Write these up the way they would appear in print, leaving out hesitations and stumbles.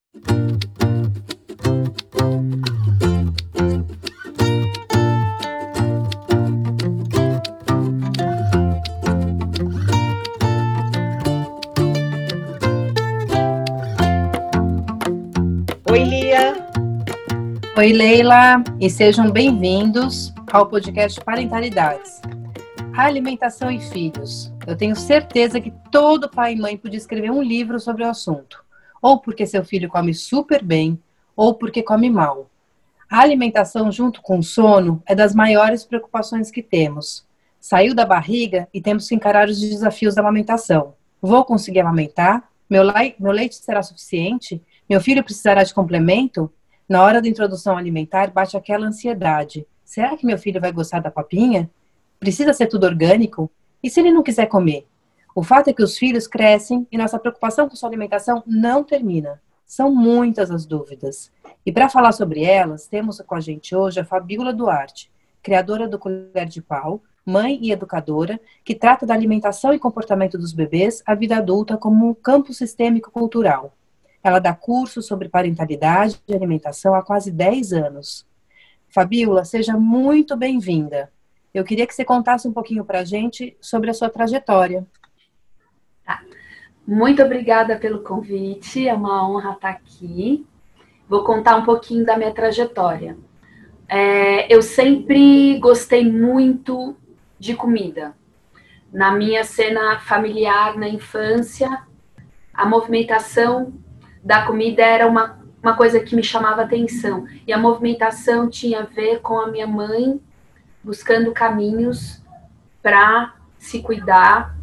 Oi, Lia. Oi, Leila, e sejam bem-vindos ao podcast Parentalidades. A alimentação e filhos. Eu tenho certeza que todo pai e mãe podia escrever um livro sobre o assunto. Ou porque seu filho come super bem, ou porque come mal. A alimentação junto com o sono é das maiores preocupações que temos. Saiu da barriga e temos que encarar os desafios da amamentação. Vou conseguir amamentar? Meu leite será suficiente? Meu filho precisará de complemento? Na hora da introdução alimentar, bate aquela ansiedade. Será que meu filho vai gostar da papinha? Precisa ser tudo orgânico? E se ele não quiser comer? O fato é que os filhos crescem e nossa preocupação com sua alimentação não termina. São muitas as dúvidas. E para falar sobre elas, temos com a gente hoje a Fabíola Duarte, criadora do Colher de Pau, mãe e educadora, que trata da alimentação e comportamento dos bebês à vida adulta como um campo sistêmico cultural. Ela dá cursos sobre parentalidade e alimentação há quase 10 anos. Fabíola, seja muito bem-vinda. Eu queria que você contasse um pouquinho para a gente sobre a sua trajetória. Tá. Muito obrigada pelo convite, é uma honra estar aqui. Vou contar um pouquinho da minha trajetória. Eu sempre gostei muito de comida. Na minha cena familiar, na infância, a movimentação da comida era uma coisa que me chamava atenção. E a movimentação tinha a ver com a minha mãe buscando caminhos para se cuidar,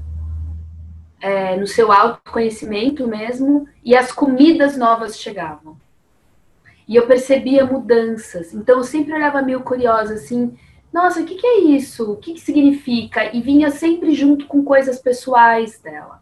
no seu autoconhecimento mesmo, e as comidas novas chegavam. E eu percebia mudanças. Então eu sempre olhava meio curiosa, assim, nossa, o que é isso? O que significa? E vinha sempre junto com coisas pessoais dela.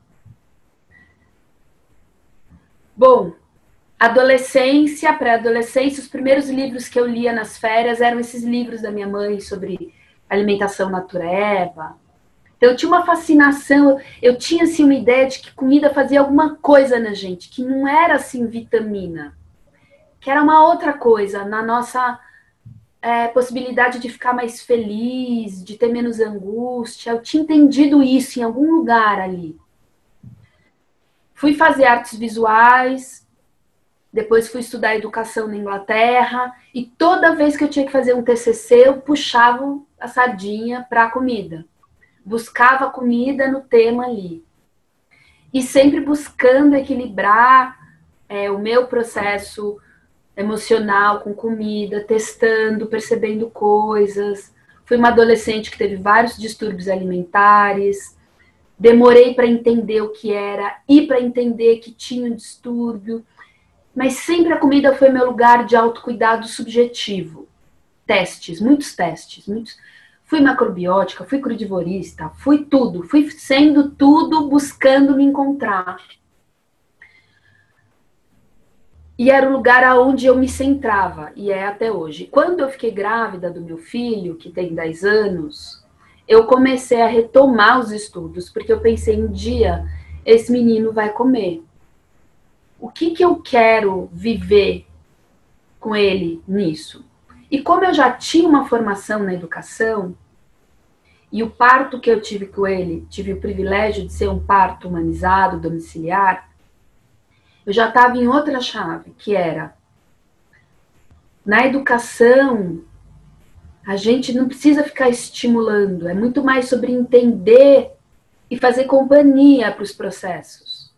Bom, adolescência, pré-adolescência, os primeiros livros que eu lia nas férias eram esses livros da minha mãe sobre alimentação natureba. Então eu tinha uma fascinação, eu tinha assim uma ideia de que comida fazia alguma coisa na gente, que não era assim vitamina, que era uma outra coisa na nossa possibilidade de ficar mais feliz, de ter menos angústia. Eu tinha entendido isso em algum lugar ali. Fui fazer artes visuais, depois fui estudar educação na Inglaterra, e toda vez que eu tinha que fazer um TCC, eu puxava a sardinha para a comida. Buscava comida no tema ali. E sempre buscando equilibrar o meu processo emocional com comida, testando, percebendo coisas. Fui uma adolescente que teve vários distúrbios alimentares. Demorei para entender o que era e para entender que tinha um distúrbio. Mas sempre a comida foi meu lugar de autocuidado subjetivo. Testes, muitos testes. Fui macrobiótica, fui crudivorista, fui tudo. Fui sendo tudo, buscando me encontrar. E era o lugar aonde eu me centrava, e é até hoje. Quando eu fiquei grávida do meu filho, que tem 10 anos, eu comecei a retomar os estudos, porque eu pensei, um dia, esse menino vai comer. O que eu quero viver com ele nisso? E como eu já tinha uma formação na educação, e o parto que eu tive com ele, tive o privilégio de ser um parto humanizado, domiciliar, eu já estava em outra chave, que era, na educação, a gente não precisa ficar estimulando, é muito mais sobre entender e fazer companhia para os processos.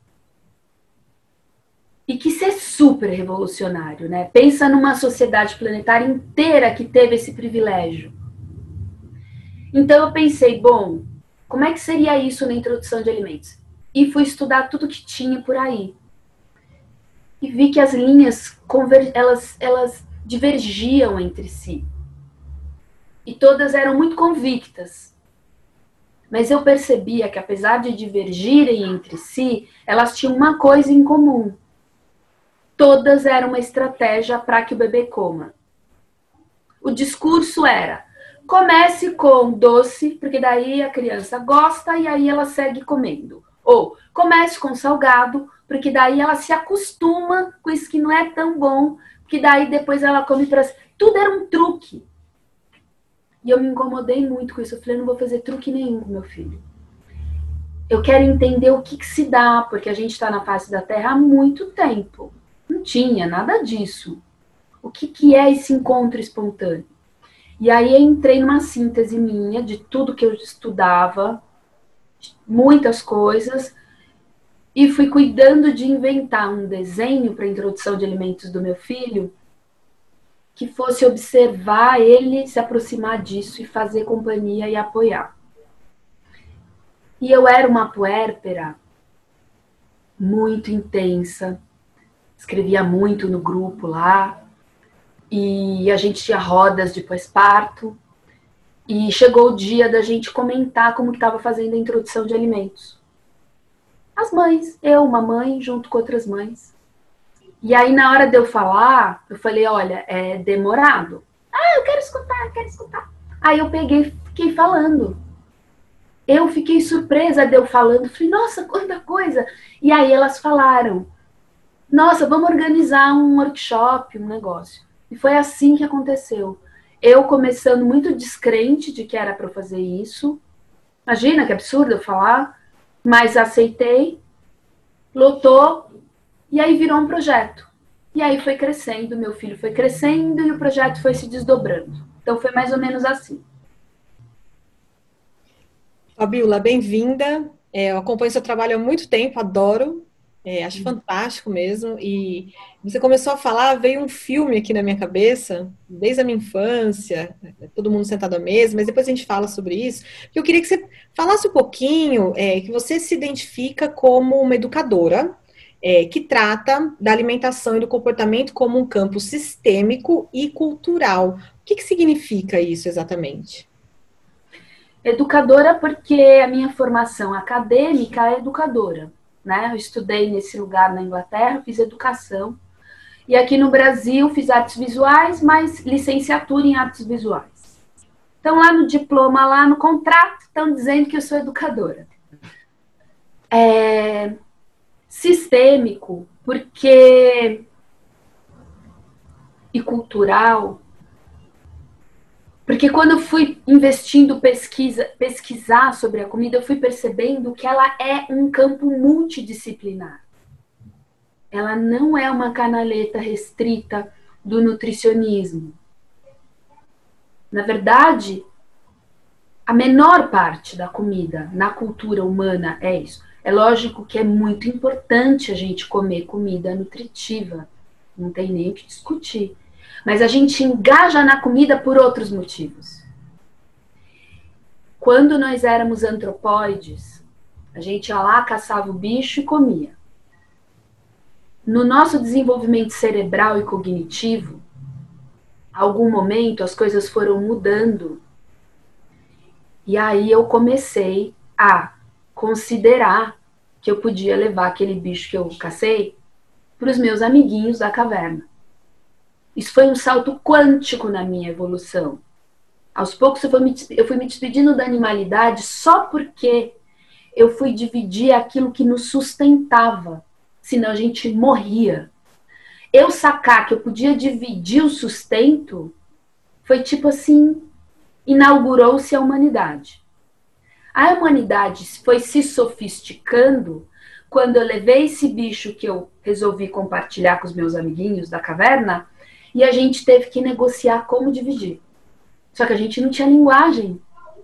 E que isso é super revolucionário, né? Pensa numa sociedade planetária inteira que teve esse privilégio. Então eu pensei, bom, como é que seria isso na introdução de alimentos? E fui estudar tudo que tinha por aí. E vi que as linhas, elas divergiam entre si. E todas eram muito convictas. Mas eu percebia que, apesar de divergirem entre si, elas tinham uma coisa em comum. Todas eram uma estratégia para que o bebê coma. O discurso era, comece com doce, porque daí a criança gosta e aí ela segue comendo. Ou comece com salgado, porque daí ela se acostuma com isso que não é tão bom, que daí depois ela come para... Tudo era um truque. E eu me incomodei muito com isso. Eu falei, não vou fazer truque nenhum com meu filho. Eu quero entender o que se dá, porque a gente está na face da Terra há muito tempo. Não tinha nada disso. O que é esse encontro espontâneo? E aí eu entrei numa síntese minha de tudo que eu estudava, muitas coisas, e fui cuidando de inventar um desenho para a introdução de alimentos do meu filho que fosse observar ele se aproximar disso e fazer companhia e apoiar. E eu era uma puérpera muito intensa, escrevia muito no grupo lá, e a gente tinha rodas de pós-parto, e chegou o dia da gente comentar como estava fazendo a introdução de alimentos. As mães, eu, uma mãe, junto com outras mães. E aí, na hora de eu falar, eu falei, olha, é demorado. Ah, eu quero escutar. Aí eu peguei, fiquei falando. Eu fiquei surpresa de eu falando. Falei, nossa, quanta coisa. E aí elas falaram, nossa, vamos organizar um workshop, um negócio. E foi assim que aconteceu. Eu começando muito descrente de que era para fazer isso. Imagina que absurdo eu falar. Mas aceitei, lotou, e aí virou um projeto. E aí foi crescendo, meu filho foi crescendo e o projeto foi se desdobrando. Então foi mais ou menos assim. Fabiola, bem-vinda. Eu acompanho seu trabalho há muito tempo, adoro. Acho fantástico mesmo. E você começou a falar, veio um filme aqui na minha cabeça, desde a minha infância, todo mundo sentado à mesa, mas depois a gente fala sobre isso. Eu queria que você falasse um pouquinho, que você se identifica como uma educadora, que trata da alimentação e do comportamento como um campo sistêmico e cultural. O que significa isso exatamente? Educadora porque a minha formação acadêmica é educadora. Né? Eu estudei nesse lugar na Inglaterra, fiz educação. E aqui no Brasil fiz artes visuais, mas licenciatura em artes visuais. Então lá no diploma, lá no contrato, estão dizendo que eu sou educadora. Sistêmico, porque... e cultural... Porque quando eu fui investindo pesquisar sobre a comida, eu fui percebendo que ela é um campo multidisciplinar. Ela não é uma canaleta restrita do nutricionismo. Na verdade, a menor parte da comida na cultura humana é isso. É lógico que é muito importante a gente comer comida nutritiva. Não tem nem o que discutir. Mas a gente engaja na comida por outros motivos. Quando nós éramos antropóides, a gente ia lá, caçava o bicho e comia. No nosso desenvolvimento cerebral e cognitivo, em algum momento as coisas foram mudando. E aí eu comecei a considerar que eu podia levar aquele bicho que eu cacei para os meus amiguinhos da caverna. Isso foi um salto quântico na minha evolução. Aos poucos eu fui me despedindo da animalidade só porque eu fui dividir aquilo que nos sustentava. Senão a gente morria. Eu sacar que eu podia dividir o sustento foi tipo assim, inaugurou-se a humanidade. A humanidade foi se sofisticando quando eu levei esse bicho que eu resolvi compartilhar com os meus amiguinhos da caverna e a gente teve que negociar como dividir. Só que a gente não tinha linguagem.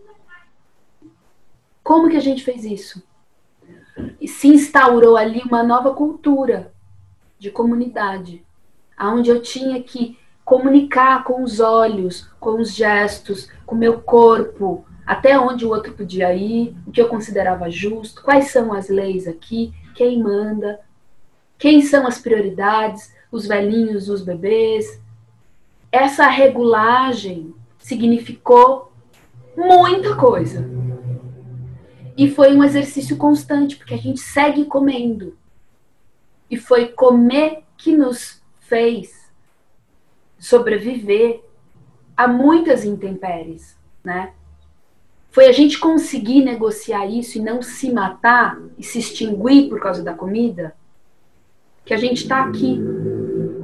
Como que a gente fez isso? E se instaurou ali uma nova cultura de comunidade, onde eu tinha que comunicar com os olhos, com os gestos, com o meu corpo, até onde o outro podia ir, o que eu considerava justo, quais são as leis aqui, quem manda, quem são as prioridades, os velhinhos, os bebês. Essa regulagem significou muita coisa. E foi um exercício constante, porque a gente segue comendo. E foi comer que nos fez sobreviver a muitas intempéries, né? Foi a gente conseguir negociar isso e não se matar e se extinguir por causa da comida que a gente está aqui.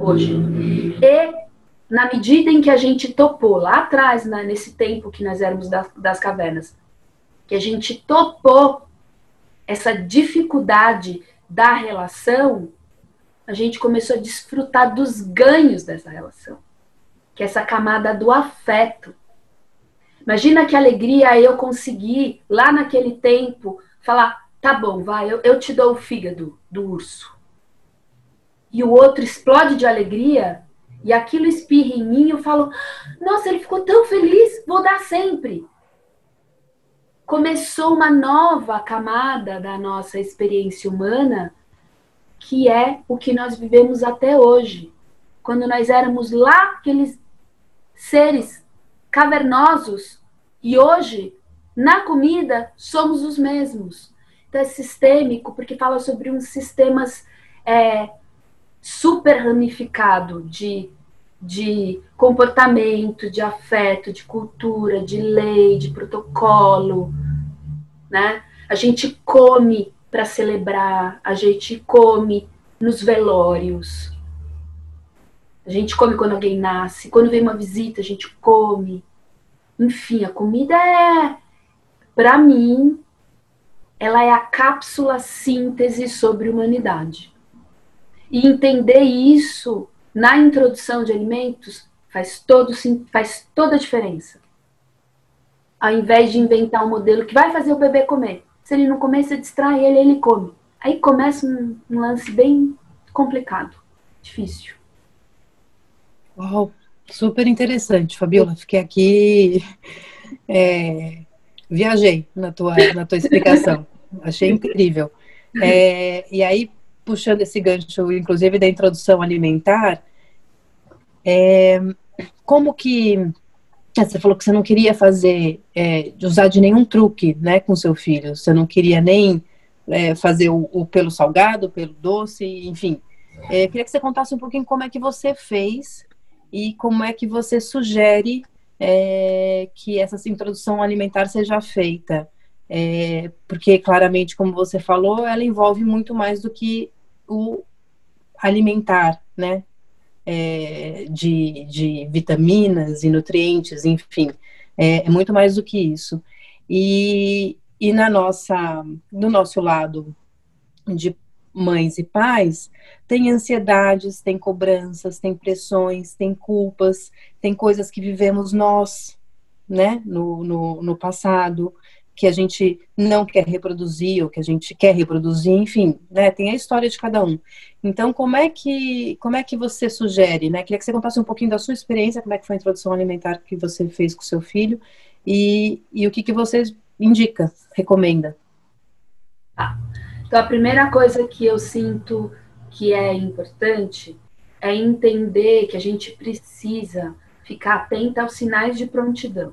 hoje. E na medida em que a gente topou, lá atrás, né, nesse tempo que nós éramos das cavernas, que a gente topou essa dificuldade da relação, a gente começou a desfrutar dos ganhos dessa relação, que é essa camada do afeto. Imagina que alegria eu conseguir, lá naquele tempo, falar, tá bom, vai, eu te dou o fígado do urso. E o outro explode de alegria, e aquilo espirra em mim, eu falo, nossa, ele ficou tão feliz, vou dar sempre. Começou uma nova camada da nossa experiência humana, que é o que nós vivemos até hoje. Quando nós éramos lá, aqueles seres cavernosos, e hoje, na comida, somos os mesmos. Então é sistêmico, porque fala sobre uns sistemas super ramificado de comportamento, de afeto, de cultura, de lei, de protocolo, né? A gente come para celebrar, a gente come nos velórios, a gente come quando alguém nasce, quando vem uma visita a gente come. Enfim, a comida para mim, ela é a cápsula síntese sobre humanidade. E entender isso na introdução de alimentos faz toda a diferença. Ao invés de inventar um modelo que vai fazer o bebê comer. Se ele não comer, você distrai ele, ele come. Aí começa um lance bem complicado, difícil. Uau, super interessante, Fabiola. Fiquei aqui, viajei na tua explicação. Achei incrível. E aí, puxando esse gancho, inclusive da introdução alimentar, como que você falou que você não queria usar de nenhum truque, né, com seu filho. Você não queria nem fazer o pelo salgado, pelo doce, enfim. Queria que você contasse um pouquinho como é que você fez e como é que você sugere que essa introdução alimentar seja feita. Porque, claramente, como você falou, ela envolve muito mais do que o alimentar, né? De vitaminas e nutrientes, enfim, é muito mais do que isso. E no nosso lado de mães e pais, tem ansiedades, tem cobranças, tem pressões, tem culpas, tem coisas que vivemos nós, né, no passado, que a gente não quer reproduzir, ou que a gente quer reproduzir, enfim, né, tem a história de cada um. Então, como é que você sugere, né? Queria que você contasse um pouquinho da sua experiência, como é que foi a introdução alimentar que você fez com o seu filho, e o que você indica, recomenda. Então, a primeira coisa que eu sinto que é importante é entender que a gente precisa ficar atenta aos sinais de prontidão.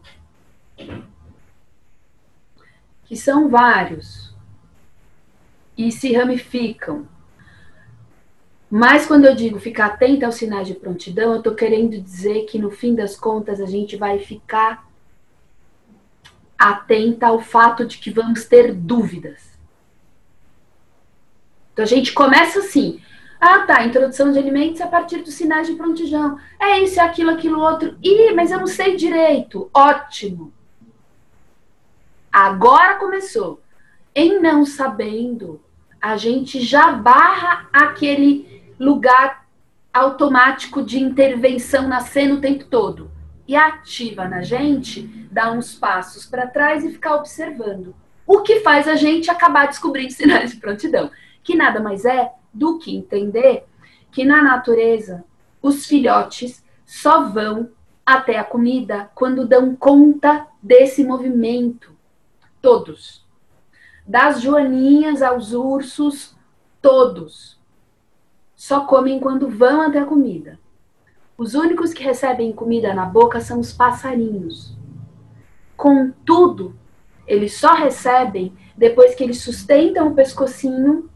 Que são vários e se ramificam. Mas quando eu digo ficar atenta aos sinais de prontidão, eu estou querendo dizer que no fim das contas a gente vai ficar atenta ao fato de que vamos ter dúvidas. Então a gente começa assim, introdução de alimentos a partir dos sinais de prontidão. É isso, é aquilo, aquilo outro. Mas eu não sei direito. Ótimo. Agora começou. Em não sabendo, a gente já barra aquele lugar automático de intervenção na cena o tempo todo. E ativa na gente, dá uns passos para trás e ficar observando. O que faz a gente acabar descobrindo sinais de prontidão. Que nada mais é do que entender que na natureza os filhotes só vão até a comida quando dão conta desse movimento. Todos. Das joaninhas aos ursos, todos. Só comem quando vão até a comida. Os únicos que recebem comida na boca são os passarinhos. Contudo, eles só recebem depois que eles sustentam o pescocinho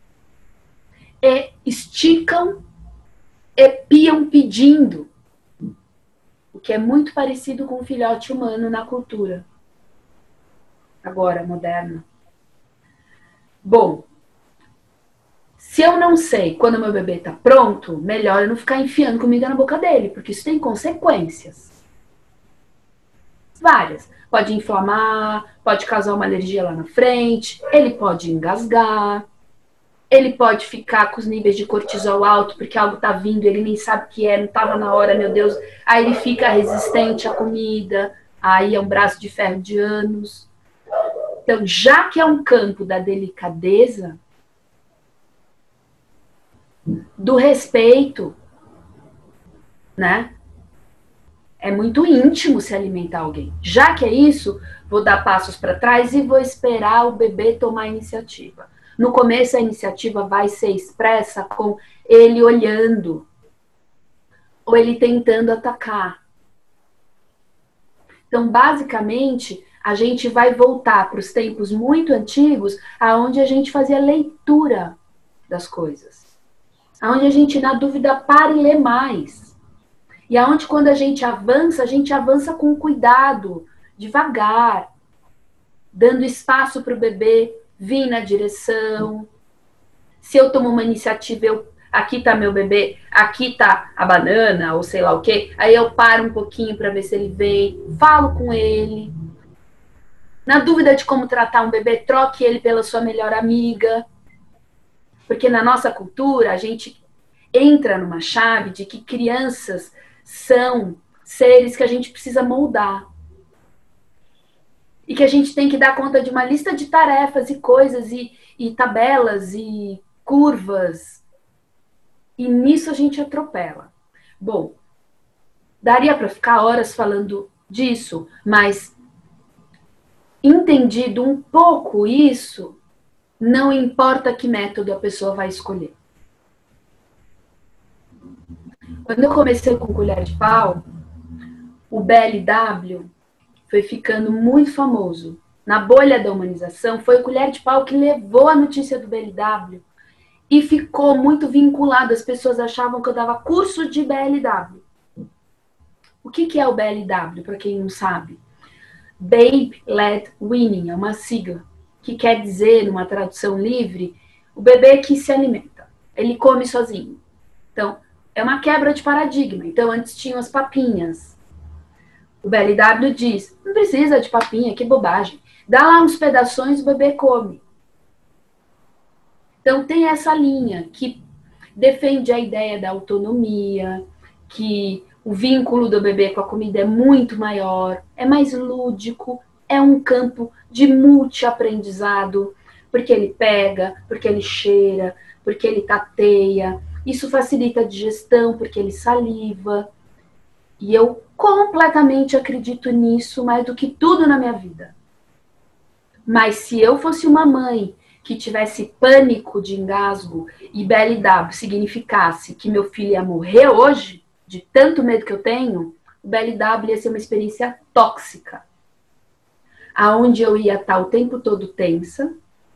e esticam e piam pedindo. O que é muito parecido com o filhote humano na cultura. Agora, moderna. Bom, Se eu não sei quando meu bebê está pronto, melhor eu não ficar enfiando comida na boca dele, porque isso tem consequências. Várias. Pode inflamar, pode causar uma alergia lá na frente, ele pode engasgar, ele pode ficar com os níveis de cortisol alto, porque algo está vindo, ele nem sabe o que é, não estava na hora, meu Deus. Aí ele fica resistente à comida, aí é um braço de ferro de anos. Então, já que é um campo da delicadeza, do respeito, né? É muito íntimo se alimentar alguém. Já que é isso, vou dar passos para trás e vou esperar o bebê tomar a iniciativa. No começo, a iniciativa vai ser expressa com ele olhando ou ele tentando atacar. Então, basicamente, a gente vai voltar para os tempos muito antigos, aonde a gente fazia leitura das coisas. Aonde a gente, na dúvida, para e lê mais. E aonde, quando a gente avança com cuidado, devagar, dando espaço para o bebê vir na direção. Se eu tomo uma iniciativa, aqui está meu bebê, aqui está a banana, ou sei lá o quê, aí eu paro um pouquinho para ver se ele vem, falo com ele. Na dúvida de como tratar um bebê, troque ele pela sua melhor amiga. Porque na nossa cultura, a gente entra numa chave de que crianças são seres que a gente precisa moldar. E que a gente tem que dar conta de uma lista de tarefas e coisas, e tabelas, e curvas. E nisso a gente atropela. Bom, daria para ficar horas falando disso, mas entendido um pouco isso, não importa que método a pessoa vai escolher. Quando eu comecei com colher de pau, o BLW foi ficando muito famoso. Na bolha da humanização, foi o colher de pau que levou a notícia do BLW e ficou muito vinculado. As pessoas achavam que eu dava curso de BLW. O que é o BLW, para quem não sabe? Babe Led Weaning, é uma sigla, que quer dizer, numa tradução livre, o bebê que se alimenta. Ele come sozinho. Então, é uma quebra de paradigma. Então, antes tinham as papinhas. O BLW diz, não precisa de papinha, que bobagem. Dá lá uns pedaços, o bebê come. Então, tem essa linha que defende a ideia da autonomia, que o vínculo do bebê com a comida é muito maior, é mais lúdico, é um campo de multi-aprendizado, porque ele pega, porque ele cheira, porque ele tateia. Isso facilita a digestão, porque ele saliva. E eu completamente acredito nisso mais do que tudo na minha vida. Mas se eu fosse uma mãe que tivesse pânico de engasgo e BLW significasse que meu filho ia morrer hoje, de tanto medo que eu tenho, o BLW ia ser uma experiência tóxica. Aonde eu ia estar o tempo todo tensa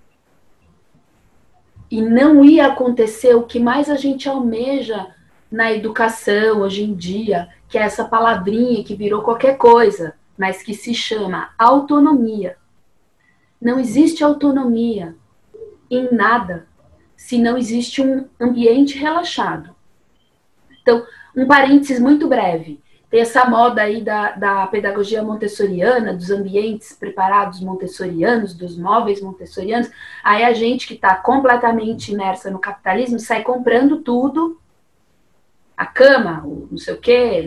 e não ia acontecer o que mais a gente almeja na educação hoje em dia, que é essa palavrinha que virou qualquer coisa, mas que se chama autonomia. Não existe autonomia em nada se não existe um ambiente relaxado. Então, um parênteses muito breve. Tem essa moda aí da pedagogia montessoriana, dos ambientes preparados montessorianos, dos móveis montessorianos. Aí a gente que está completamente imersa no capitalismo sai comprando tudo, a cama, o não sei o quê,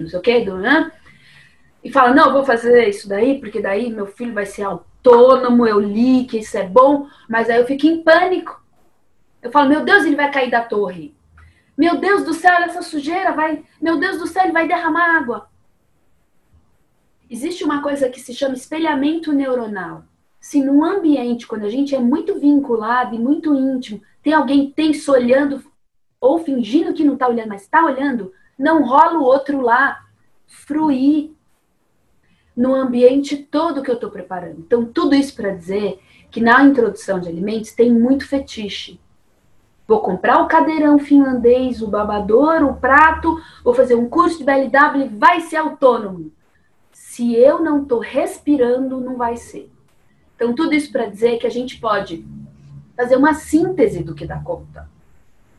e fala, não, eu vou fazer isso daí, porque daí meu filho vai ser autônomo, eu li que isso é bom, mas aí eu fico em pânico. Eu falo, meu Deus, ele vai cair da torre. Meu Deus do céu, essa sujeira vai... Meu Deus do céu, ele vai derramar água. Existe uma coisa que se chama espelhamento neuronal. Se num ambiente, quando a gente é muito vinculado e muito íntimo, tem alguém tenso olhando ou fingindo que não está olhando, mas está olhando, não rola o outro lá fruir no ambiente todo que eu estou preparando. Então, tudo isso para dizer que na introdução de alimentos tem muito fetiche. Vou comprar o cadeirão finlandês, o babador, o prato, vou fazer um curso de BLW, vai ser autônomo. Se eu não estou respirando, não vai ser. Então, tudo isso para dizer que a gente pode fazer uma síntese do que dá conta.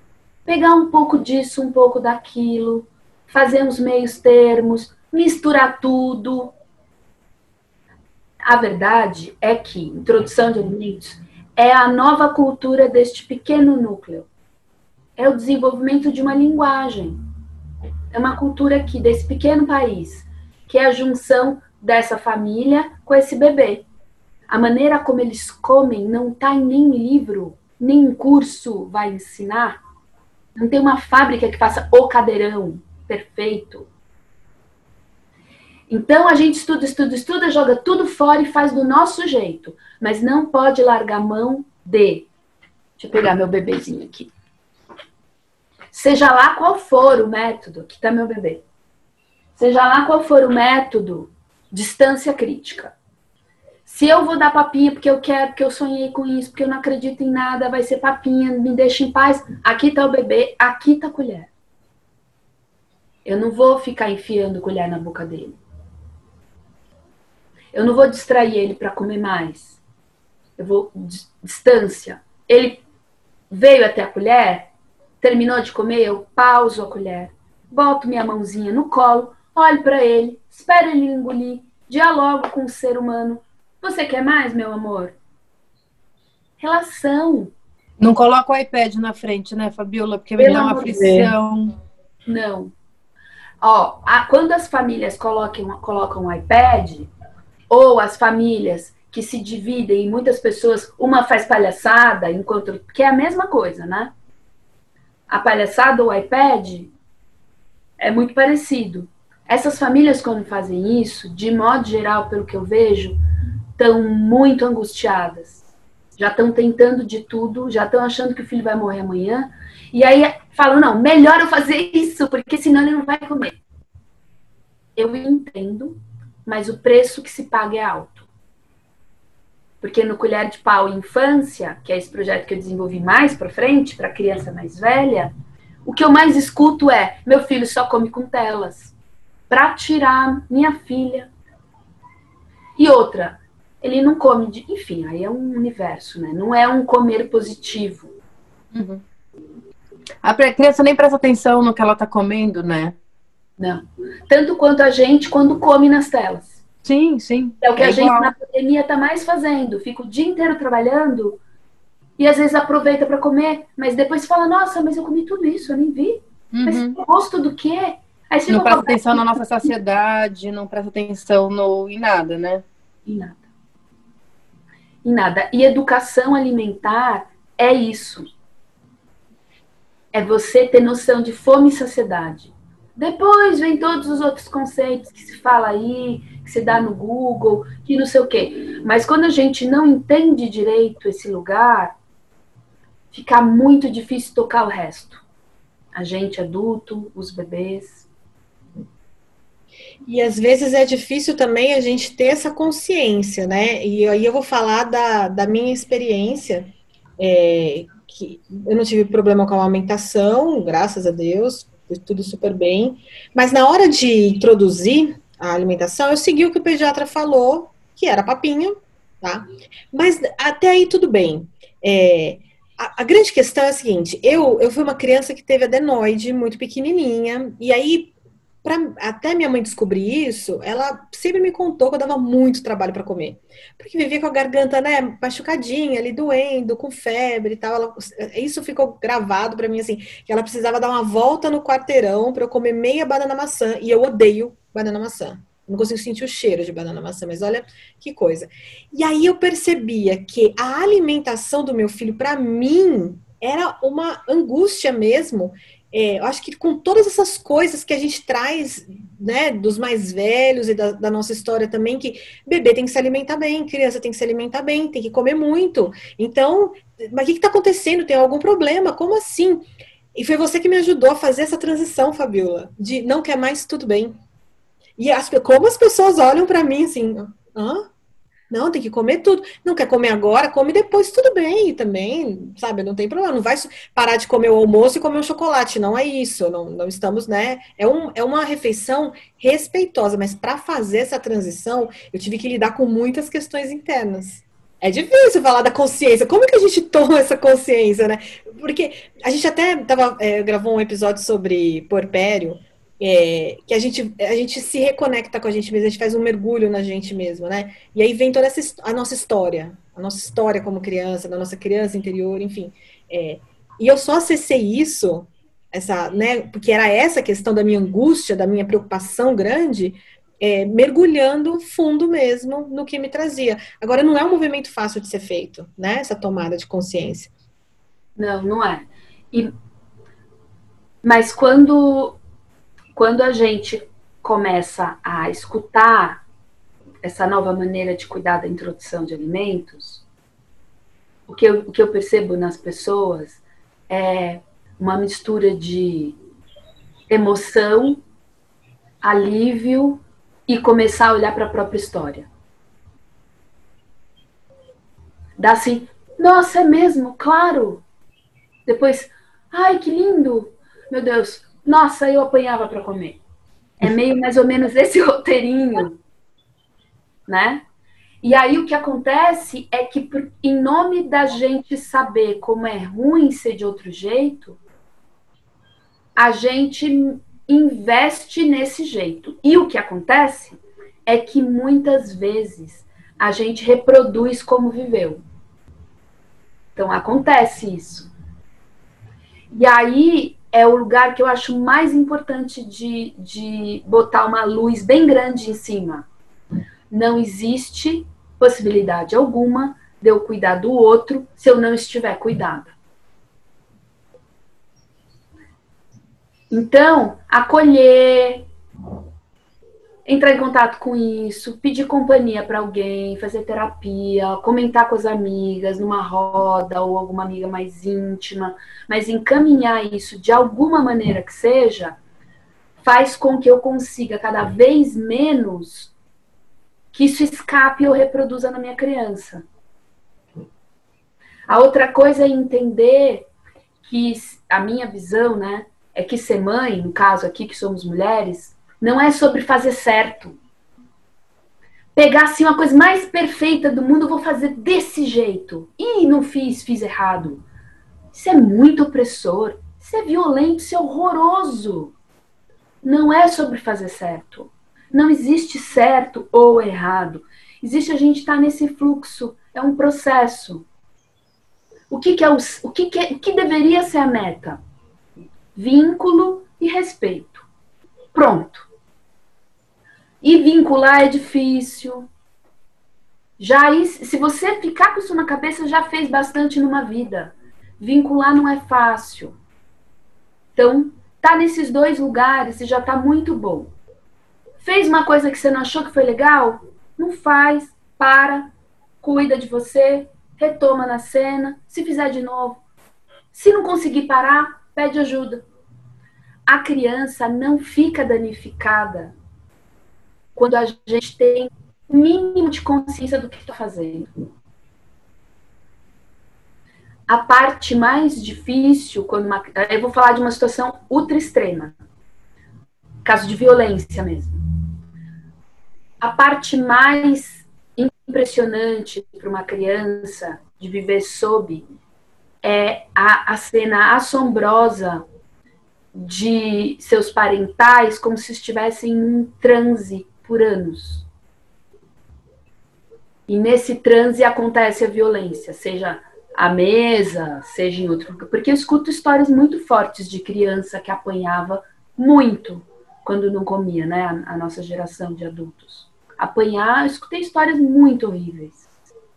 pegar um pouco disso, um pouco daquilo, fazer uns meios termos, misturar tudo. A verdade é que introdução de alimentos é a nova cultura deste pequeno núcleo. É o desenvolvimento de uma linguagem. É uma cultura aqui, desse pequeno país, que é a junção dessa família com esse bebê. A maneira como eles comem não está em nenhum livro, nem curso vai ensinar. Não tem uma fábrica que faça o cadeirão perfeito. Então a gente estuda, joga tudo fora e faz do nosso jeito. Mas não pode largar mão de... Deixa eu pegar meu bebezinho aqui. Seja lá qual for o método... Aqui está meu bebê. Seja lá qual for o método, distância crítica. Se eu vou dar papinha porque eu quero, porque eu sonhei com isso, porque eu não acredito em nada, vai ser papinha, me deixa em paz. Aqui está o bebê, aqui está a colher. Eu não vou ficar enfiando colher na boca dele. Eu não vou distrair ele para comer mais. Eu vou... Distância. Ele veio até a colher, terminou de comer, eu pauso a colher, boto minha mãozinha no colo, olho para ele, espero ele engolir, dialogo com o ser humano. Você quer mais, meu amor? Relação. Não coloca o iPad na frente, né, Fabiola? Porque me Pelo dá uma amor de aflição. Não. Ó, quando as famílias colocam um iPad, ou as famílias que se dividem em muitas pessoas, uma faz palhaçada, enquanto que é a mesma coisa, né? A palhaçada ou o iPad é muito parecido. Essas famílias, quando fazem isso, de modo geral, pelo que eu vejo, estão muito angustiadas. Já estão tentando de tudo, já estão achando que o filho vai morrer amanhã. E aí falam, não, melhor eu fazer isso, porque senão ele não vai comer. Eu entendo, mas o preço que se paga é alto. Porque no Colher de Pau Infância, que é esse projeto que eu desenvolvi mais para frente, para criança mais velha, o que eu mais escuto é, meu filho só come com telas. Para tirar minha filha. E outra, ele não come de... Enfim, aí é um universo, né? Não é um comer positivo. Uhum. A criança nem presta atenção no que ela está comendo, né? Não. Tanto quanto a gente quando come nas telas. Sim, sim. É o que a gente igual. na pandemia está mais fazendo. Fica o dia inteiro trabalhando e às vezes aproveita para comer, mas depois fala, nossa, mas eu comi tudo isso, eu nem vi. Mas gosto do quê? Aí você não presta atenção na nossa saciedade, não presta atenção em nada, né? Em nada. Em nada. E educação alimentar é isso. É você ter noção de fome e saciedade. Depois vem todos os outros conceitos que se fala aí, que se dá no Google, que não sei o quê. Mas quando a gente não entende direito esse lugar, fica muito difícil tocar o resto. A gente adulto, os bebês. E às vezes é difícil também a gente ter essa consciência, né? E aí eu vou falar da minha experiência, que eu não tive problema com a amamentação, graças a Deus, foi tudo super bem. Mas na hora de introduzir a alimentação, eu segui o que o pediatra falou, que era papinha, tá? Mas até aí tudo bem. A grande questão é a seguinte, eu fui uma criança que teve adenoide muito pequenininha, e aí até minha mãe descobrir isso, ela sempre me contou que eu dava muito trabalho para comer. Porque vivia com a garganta, né, machucadinha, ali doendo, com febre e tal. Isso ficou gravado para mim, assim, que ela precisava dar uma volta no quarteirão para eu comer meia banana maçã. E eu odeio banana maçã. Não consigo sentir o cheiro de banana maçã, mas olha que coisa. E aí eu percebia que a alimentação do meu filho, para mim, era uma angústia mesmo. Eu acho que com todas essas coisas que a gente traz, né, dos mais velhos e da nossa história também, que bebê tem que se alimentar bem, criança tem que se alimentar bem, tem que comer muito. Então, mas o que está acontecendo? Tem algum problema? Como assim? E foi você que me ajudou a fazer essa transição, Fabiola, de não quer mais, tudo bem. E como as pessoas olham para mim assim, hã? Não, tem que comer tudo. Não quer comer agora, come depois, tudo bem também, sabe? Não tem problema. Não vai parar de comer o almoço e comer um chocolate. Não é isso. Não estamos, né? É uma refeição respeitosa, mas para fazer essa transição, eu tive que lidar com muitas questões internas. É difícil falar da consciência. Como que a gente toma essa consciência, né? Porque a gente até gravou um episódio sobre puerpério, que a gente se reconecta com a gente mesmo, a gente faz um mergulho na gente mesmo, né? E aí vem toda a nossa história como criança, da nossa criança interior, enfim. E eu só acessei isso, né? Porque era essa questão da minha angústia, da minha preocupação grande, mergulhando fundo mesmo no que me trazia. Agora, não é um movimento fácil de ser feito, né? Essa tomada de consciência. Não, não é. Mas quando a gente começa a escutar essa nova maneira de cuidar da introdução de alimentos, o que eu percebo nas pessoas é uma mistura de emoção, alívio e começar a olhar para a própria história. Dá assim, nossa, é mesmo? Claro! Depois, ai, que lindo! Meu Deus, nossa, eu apanhava para comer. É meio mais ou menos esse roteirinho, né? E aí o que acontece é que, em nome da gente saber como é ruim ser de outro jeito, a gente investe nesse jeito. E o que acontece é que muitas vezes a gente reproduz como viveu. Então acontece isso. E aí é o lugar que eu acho mais importante de botar uma luz bem grande em cima. Não existe possibilidade alguma de eu cuidar do outro se eu não estiver cuidada. Então, acolher, entrar em contato com isso, pedir companhia para alguém, fazer terapia, comentar com as amigas numa roda ou alguma amiga mais íntima, mas encaminhar isso de alguma maneira que seja, faz com que eu consiga cada vez menos que isso escape ou reproduza na minha criança. A outra coisa é entender que a minha visão, né, é que ser mãe, no caso aqui que somos mulheres, não é sobre fazer certo. Pegar assim uma coisa mais perfeita do mundo, eu vou fazer desse jeito. Ih, não fiz errado. Isso é muito opressor, isso é violento, isso é horroroso. Não é sobre fazer certo. Não existe certo ou errado. Existe a gente estar nesse fluxo, é um processo. O que deveria ser a meta? Vínculo e respeito. Pronto. E vincular é difícil. Já se você ficar com isso na cabeça, já fez bastante numa vida. Vincular não é fácil. Então, tá nesses dois lugares e já tá muito bom. Fez uma coisa que você não achou que foi legal? Não faz, para, cuida de você, retoma na cena, se fizer de novo. Se não conseguir parar, pede ajuda. A criança não fica danificada quando a gente tem mínimo de consciência do que está fazendo. A parte mais difícil, eu vou falar de uma situação ultra extrema, caso de violência mesmo. A parte mais impressionante para uma criança de viver sob é a cena assombrosa de seus parentais como se estivessem em um transe por anos. E nesse transe acontece a violência, seja à mesa, seja em outro lugar. Porque eu escuto histórias muito fortes de criança que apanhava muito quando não comia, né? A nossa geração de adultos. Apanhar, eu escutei histórias muito horríveis.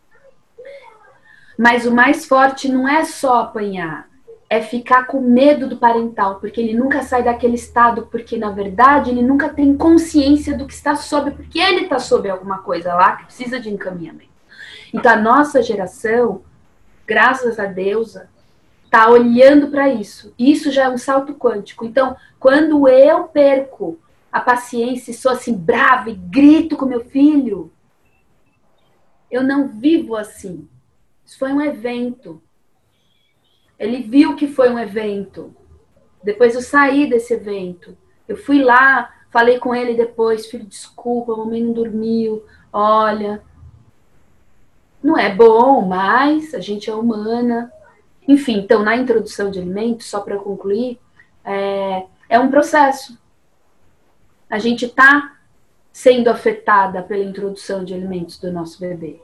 Mas o mais forte não é só apanhar, é ficar com medo do parental, porque ele nunca sai daquele estado, porque na verdade ele nunca tem consciência do que está sob, porque ele está sob alguma coisa lá que precisa de encaminhamento. Então a nossa geração, graças a Deus, está olhando para isso. E isso já é um salto quântico. Então, quando eu perco a paciência e sou assim brava e grito com meu filho, eu não vivo assim. Isso foi um evento. Ele viu que foi um evento. Depois eu saí desse evento. Eu fui lá, falei com ele depois, filho, desculpa, a mamãe não dormiu. Olha, Não é bom, mas a gente é humana. Enfim, então, na introdução de alimentos, só para concluir, é um processo. A gente está sendo afetada pela introdução de alimentos do nosso bebê.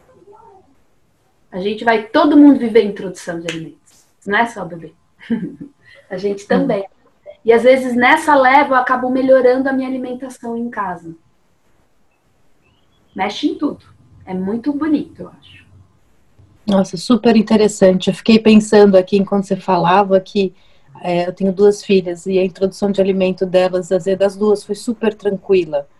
A gente vai, todo mundo viver introdução de alimentos. Não é só o bebê. A gente também. E às vezes nessa leva eu acabo melhorando a minha alimentação em casa. Mexe em tudo. É muito bonito, eu acho. Nossa, super interessante. Eu fiquei pensando aqui enquanto você falava que eu tenho 2 filhas e a introdução de alimento delas, das duas, foi super tranquila.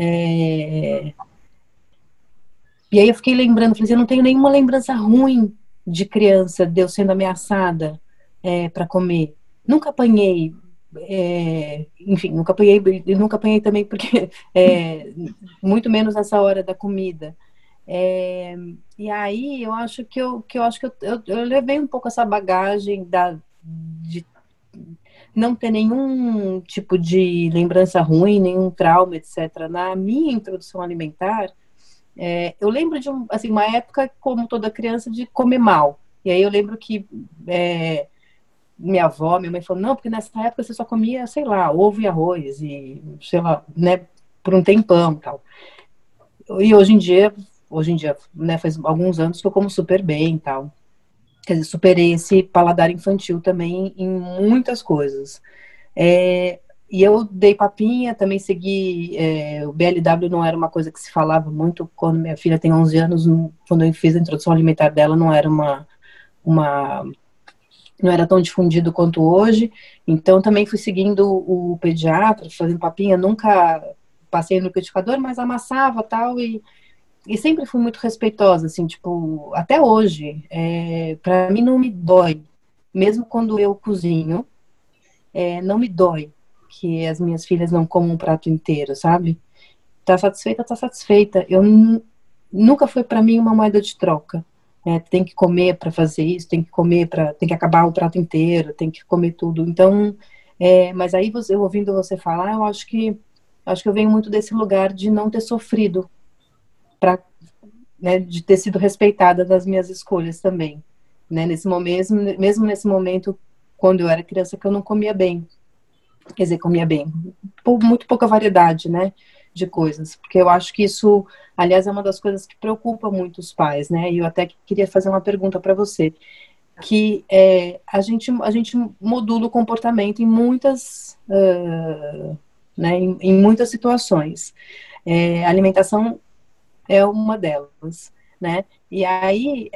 E aí eu fiquei lembrando, falei assim, eu não tenho nenhuma lembrança ruim de criança, de eu sendo ameaçada para comer. Nunca apanhei, enfim, nunca apanhei também porque muito menos nessa hora da comida. E aí eu acho que eu levei um pouco essa bagagem de não ter nenhum tipo de lembrança ruim, nenhum trauma, etc. Na minha introdução alimentar, eu lembro de assim, uma época, como toda criança, de comer mal. E aí eu lembro que minha mãe falou, não, porque nessa época você só comia, sei lá, ovo e arroz, e sei lá, né, por um tempão e tal. E hoje em dia, né, faz alguns anos que eu como super bem e tal. Quer dizer, superei esse paladar infantil também em muitas coisas. E eu dei papinha, também segui. O BLW não era uma coisa que se falava muito quando minha filha tem 11 anos. Quando eu fiz a introdução alimentar dela, não era não era tão difundido quanto hoje. Então, também fui seguindo o pediatra, fazendo papinha. Nunca passei no liquidificador, mas amassava tal. E sempre fui muito respeitosa, assim, tipo, até hoje. Para mim não me dói. Mesmo quando eu cozinho, não me dói que as minhas filhas não comam um prato inteiro, sabe? Tá satisfeita, tá satisfeita. Nunca foi para mim uma moeda de troca. Tem que comer para fazer isso, tem que acabar o prato inteiro, tem que comer tudo. Então, mas aí eu ouvindo você falar, eu acho que eu venho muito desse lugar de não ter sofrido, né, de ter sido respeitada das minhas escolhas também, né? Mesmo nesse momento, quando eu era criança, que eu não comia bem. Quer dizer, comia bem. Muito pouca variedade, né, de coisas. Porque eu acho que isso, aliás, é uma das coisas que preocupa muito os pais, né? E eu até queria fazer uma pergunta para você. Que a gente modula o comportamento em muitas, né, em muitas situações. A alimentação é uma delas, né? E aí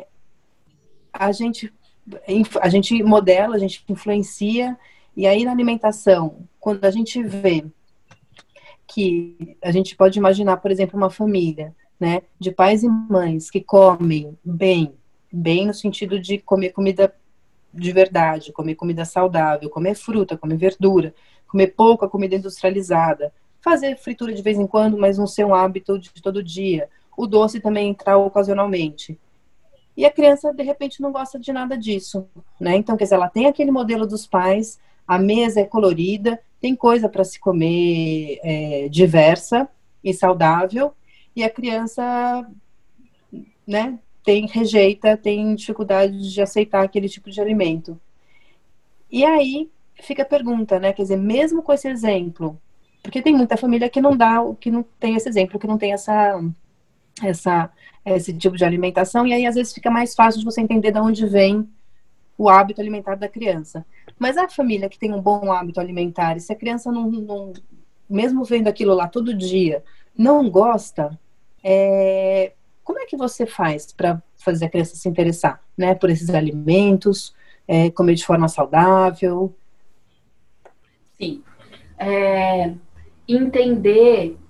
a gente modela, a gente influencia, e aí na alimentação, quando a gente vê que a gente pode imaginar, por exemplo, uma família, né, de pais e mães que comem bem no sentido de comer comida de verdade, comer comida saudável, comer fruta, comer verdura, comer pouca comida industrializada, fazer fritura de vez em quando, mas não ser um hábito de todo dia. O doce também entrar ocasionalmente. E a criança, de repente, não gosta de nada disso, né? Então, quer dizer, ela tem aquele modelo dos pais, a mesa é colorida, tem coisa para se comer diversa e saudável, e a criança, né, rejeita, tem dificuldade de aceitar aquele tipo de alimento. E aí fica a pergunta, né? Quer dizer, mesmo com esse exemplo, porque tem muita família que que não tem esse exemplo, que não tem esse tipo de alimentação, e aí às vezes fica mais fácil de você entender de onde vem o hábito alimentar da criança. Mas a família que tem um bom hábito alimentar, e se a criança mesmo vendo aquilo lá todo dia, não gosta, como é que você faz para fazer a criança se interessar, né, por esses alimentos, comer de forma saudável? Sim. Entender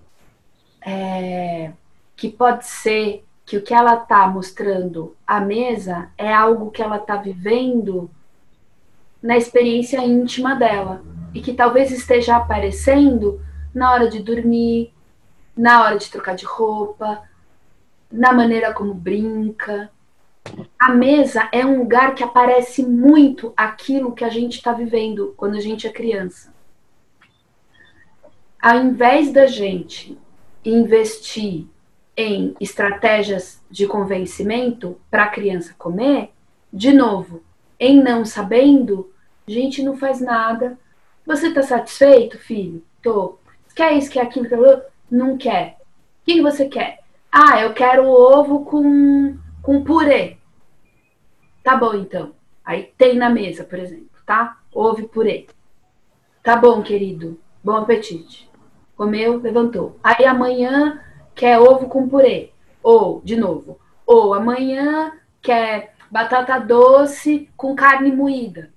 que pode ser que o que ela está mostrando à mesa é algo que ela está vivendo na experiência íntima dela e que talvez esteja aparecendo na hora de dormir, na hora de trocar de roupa, na maneira como brinca. A mesa é um lugar que aparece muito aquilo que a gente está vivendo quando a gente é criança. Ao invés da gente investir em estratégias de convencimento para a criança comer, de novo, em não sabendo, a gente não faz nada. Você está satisfeito, filho? Tô. Quer isso, quer aquilo? Não quer. O que você quer? Ah, eu quero ovo com purê. Tá bom, então. Aí tem na mesa, por exemplo, tá? Ovo e purê. Tá bom, querido. Bom apetite. Comeu, levantou. Aí amanhã quer ovo com purê. Ou, de novo. Ou amanhã quer batata doce com carne moída.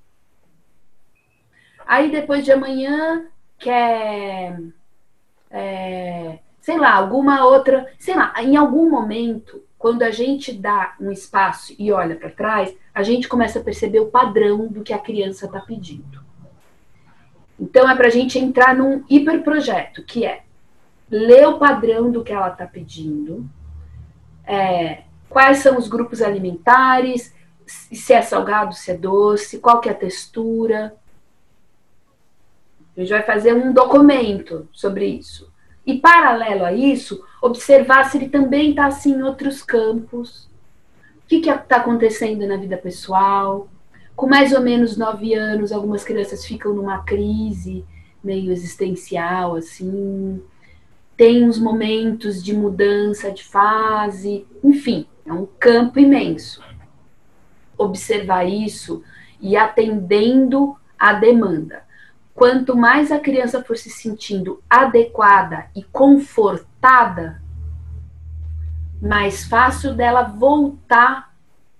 Aí depois de amanhã quer, sei lá, alguma outra, sei lá, em algum momento, quando a gente dá um espaço e olha para trás, a gente começa a perceber o padrão do que a criança está pedindo. Então é para a gente entrar num hiperprojeto, que é ler o padrão do que ela está pedindo, quais são os grupos alimentares, se é salgado, se é doce, qual que é a textura. A gente vai fazer um documento sobre isso. E, paralelo a isso, observar se ele também está assim em outros campos. O que está acontecendo na vida pessoal. Com mais ou menos 9 anos, algumas crianças ficam numa crise meio existencial, assim. Tem uns momentos de mudança de fase. Enfim, é um campo imenso. Observar isso e atendendo à demanda. Quanto mais a criança for se sentindo adequada e confortada, mais fácil dela voltar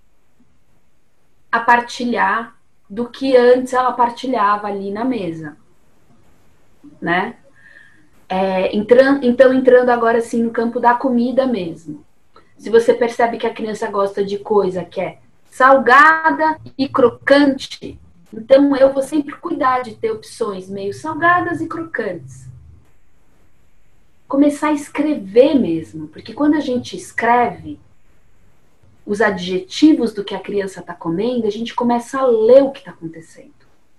a partilhar do que antes ela partilhava ali na mesa, né? Então, entrando agora assim no campo da comida mesmo. Se você percebe que a criança gosta de coisa que é salgada e crocante, então eu vou sempre cuidar de ter opções meio salgadas e crocantes. Começar a escrever mesmo, porque quando a gente escreve os adjetivos do que a criança está comendo, a gente começa a ler o que está acontecendo.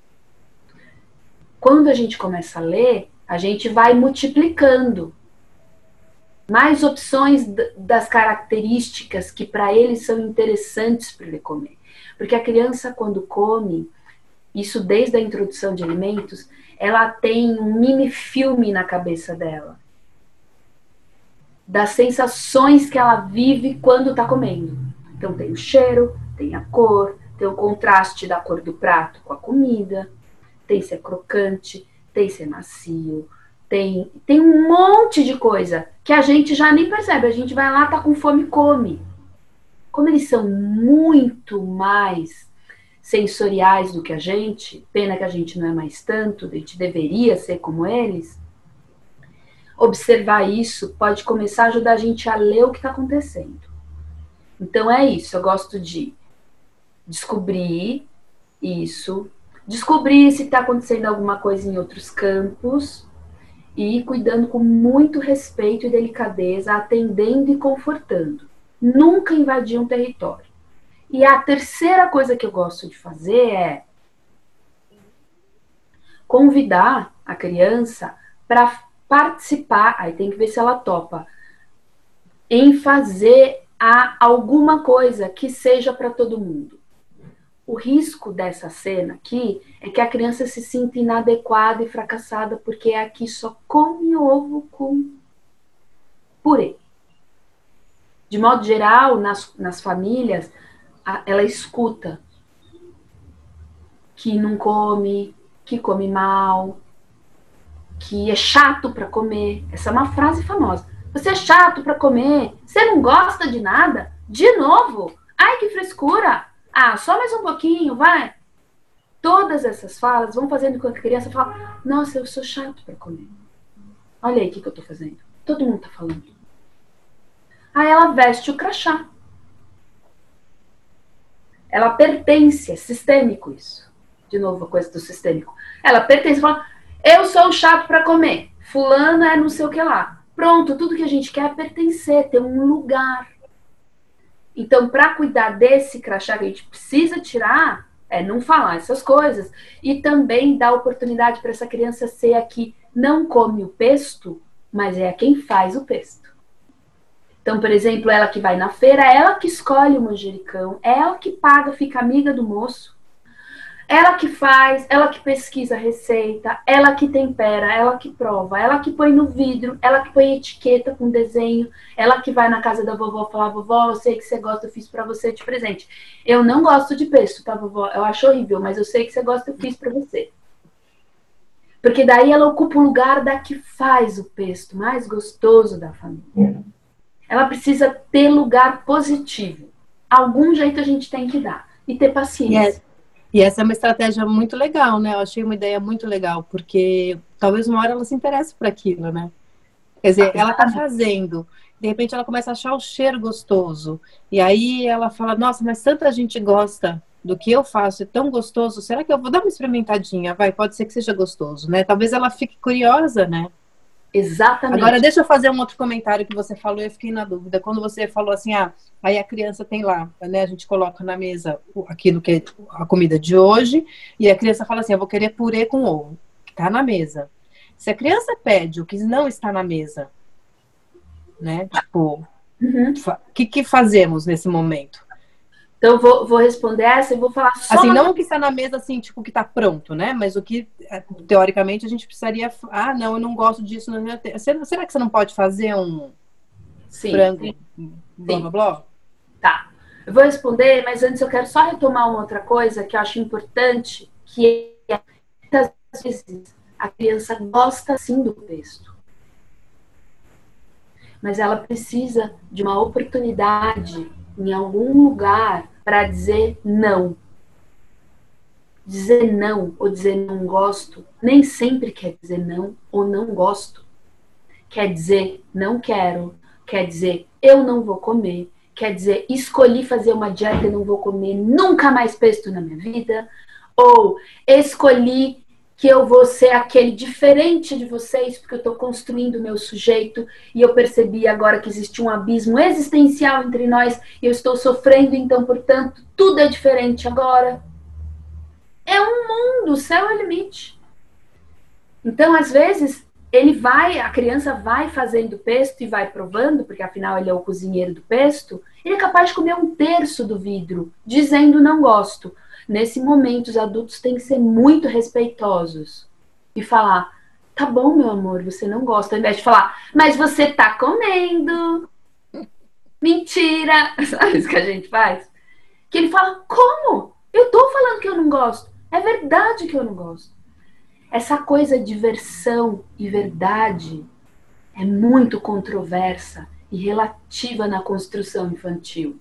Quando a gente começa a ler, a gente vai multiplicando mais opções das características que para ele são interessantes para ele comer. Porque a criança, quando come, isso desde a introdução de alimentos, ela tem um mini filme na cabeça dela. Das sensações que ela vive quando está comendo. Então tem o cheiro, tem a cor, tem o contraste da cor do prato com a comida, tem se é crocante, tem se é macio, tem um monte de coisa que a gente já nem percebe. A gente vai lá, tá com fome, come. Como eles são muito mais sensoriais do que a gente, pena que a gente não é mais tanto, a gente deveria ser como eles, observar isso pode começar a ajudar a gente a ler o que está acontecendo. Então é isso, eu gosto de descobrir isso, descobrir se está acontecendo alguma coisa em outros campos e ir cuidando com muito respeito e delicadeza, atendendo e confortando. Nunca invadir um território. E a terceira coisa que eu gosto de fazer é convidar a criança para participar, aí tem que ver se ela topa, em fazer alguma coisa que seja para todo mundo. O risco dessa cena aqui é que a criança se sinta inadequada e fracassada porque aqui só come ovo com purê. De modo geral, nas famílias, ela escuta que não come, que come mal, que é chato para comer. Essa é uma frase famosa. Você é chato para comer? Você não gosta de nada? De novo? Ai, que frescura! Ah, só mais um pouquinho, vai! Todas essas falas vão fazendo com que a criança fale: nossa, eu sou chato para comer. Olha aí o que eu tô fazendo. Todo mundo tá falando. Aí ela veste o crachá. Ela pertence, é sistêmico isso. De novo, a coisa do sistêmico. Ela pertence, fala: eu sou o chato para comer. Fulano é não sei o que lá. Pronto, tudo que a gente quer é pertencer, ter um lugar. Então, para cuidar desse crachá que a gente precisa tirar, é não falar essas coisas. E também dar oportunidade para essa criança ser a que não come o pesto, mas é a quem faz o pesto. Então, por exemplo, ela que vai na feira, ela que escolhe o manjericão, ela que paga, fica amiga do moço, ela que faz, ela que pesquisa a receita, ela que tempera, ela que prova, ela que põe no vidro, ela que põe etiqueta com desenho, ela que vai na casa da vovó falar, vovó, eu sei que você gosta, eu fiz pra você de presente. Eu não gosto de pesto, tá, vovó? Eu acho horrível, mas eu sei que você gosta, eu fiz pra você. Porque daí ela ocupa o lugar da que faz o pesto mais gostoso da família. Ela precisa ter lugar positivo. Algum jeito a gente tem que dar. E ter paciência. E essa é uma estratégia muito legal, né? Eu achei uma ideia muito legal, porque talvez uma hora ela se interesse por aquilo, né? Quer dizer, ela tá fazendo, de repente ela começa a achar o cheiro gostoso. E aí ela fala, nossa, mas tanta gente gosta do que eu faço, é tão gostoso, será que eu vou dar uma experimentadinha? Vai, pode ser que seja gostoso, né? Talvez ela fique curiosa, né? Exatamente. Agora, deixa eu fazer um outro comentário que você falou e eu fiquei na dúvida. Quando você falou assim, aí a criança tem lá, né? A gente coloca na mesa aquilo que é a comida de hoje, e a criança fala assim, eu vou querer purê com ovo, que tá na mesa. Se a criança pede o que não está na mesa, né? Tipo, o que fazemos nesse momento? Então, vou responder essa e vou falar só... Assim, não o que está na mesa, assim, tipo, o que está pronto, né? Mas o que, teoricamente, a gente precisaria... Ah, não, eu não gosto disso. Não... Será que você não pode fazer um frango, blá, blá, blá? Tá. Eu vou responder, mas antes eu quero só retomar uma outra coisa que eu acho importante, que é, muitas vezes, a criança gosta, sim, do pesto. Mas ela precisa de uma oportunidade em algum lugar para dizer não. Dizer não ou dizer não gosto nem sempre quer dizer não ou não gosto. Quer dizer não quero, quer dizer eu não vou comer, quer dizer escolhi fazer uma dieta e não vou comer nunca mais pesto na minha vida, ou escolhi que eu vou ser aquele diferente de vocês porque eu estou construindo o meu sujeito e eu percebi agora que existe um abismo existencial entre nós e eu estou sofrendo, então, portanto, tudo é diferente agora. É um mundo, o céu é o limite. Então, às vezes, a criança vai fazendo pesto e vai provando, porque afinal ele é o cozinheiro do pesto, ele é capaz de comer 1/3 do vidro, dizendo não gosto. Nesse momento, os adultos têm que ser muito respeitosos e falar, tá bom, meu amor, você não gosta, ao invés de falar, mas você tá comendo. Mentira! Sabe isso que a gente faz? Que ele fala, como? Eu tô falando que eu não gosto. É verdade que eu não gosto. Essa coisa de versão e verdade é muito controversa e relativa na construção infantil.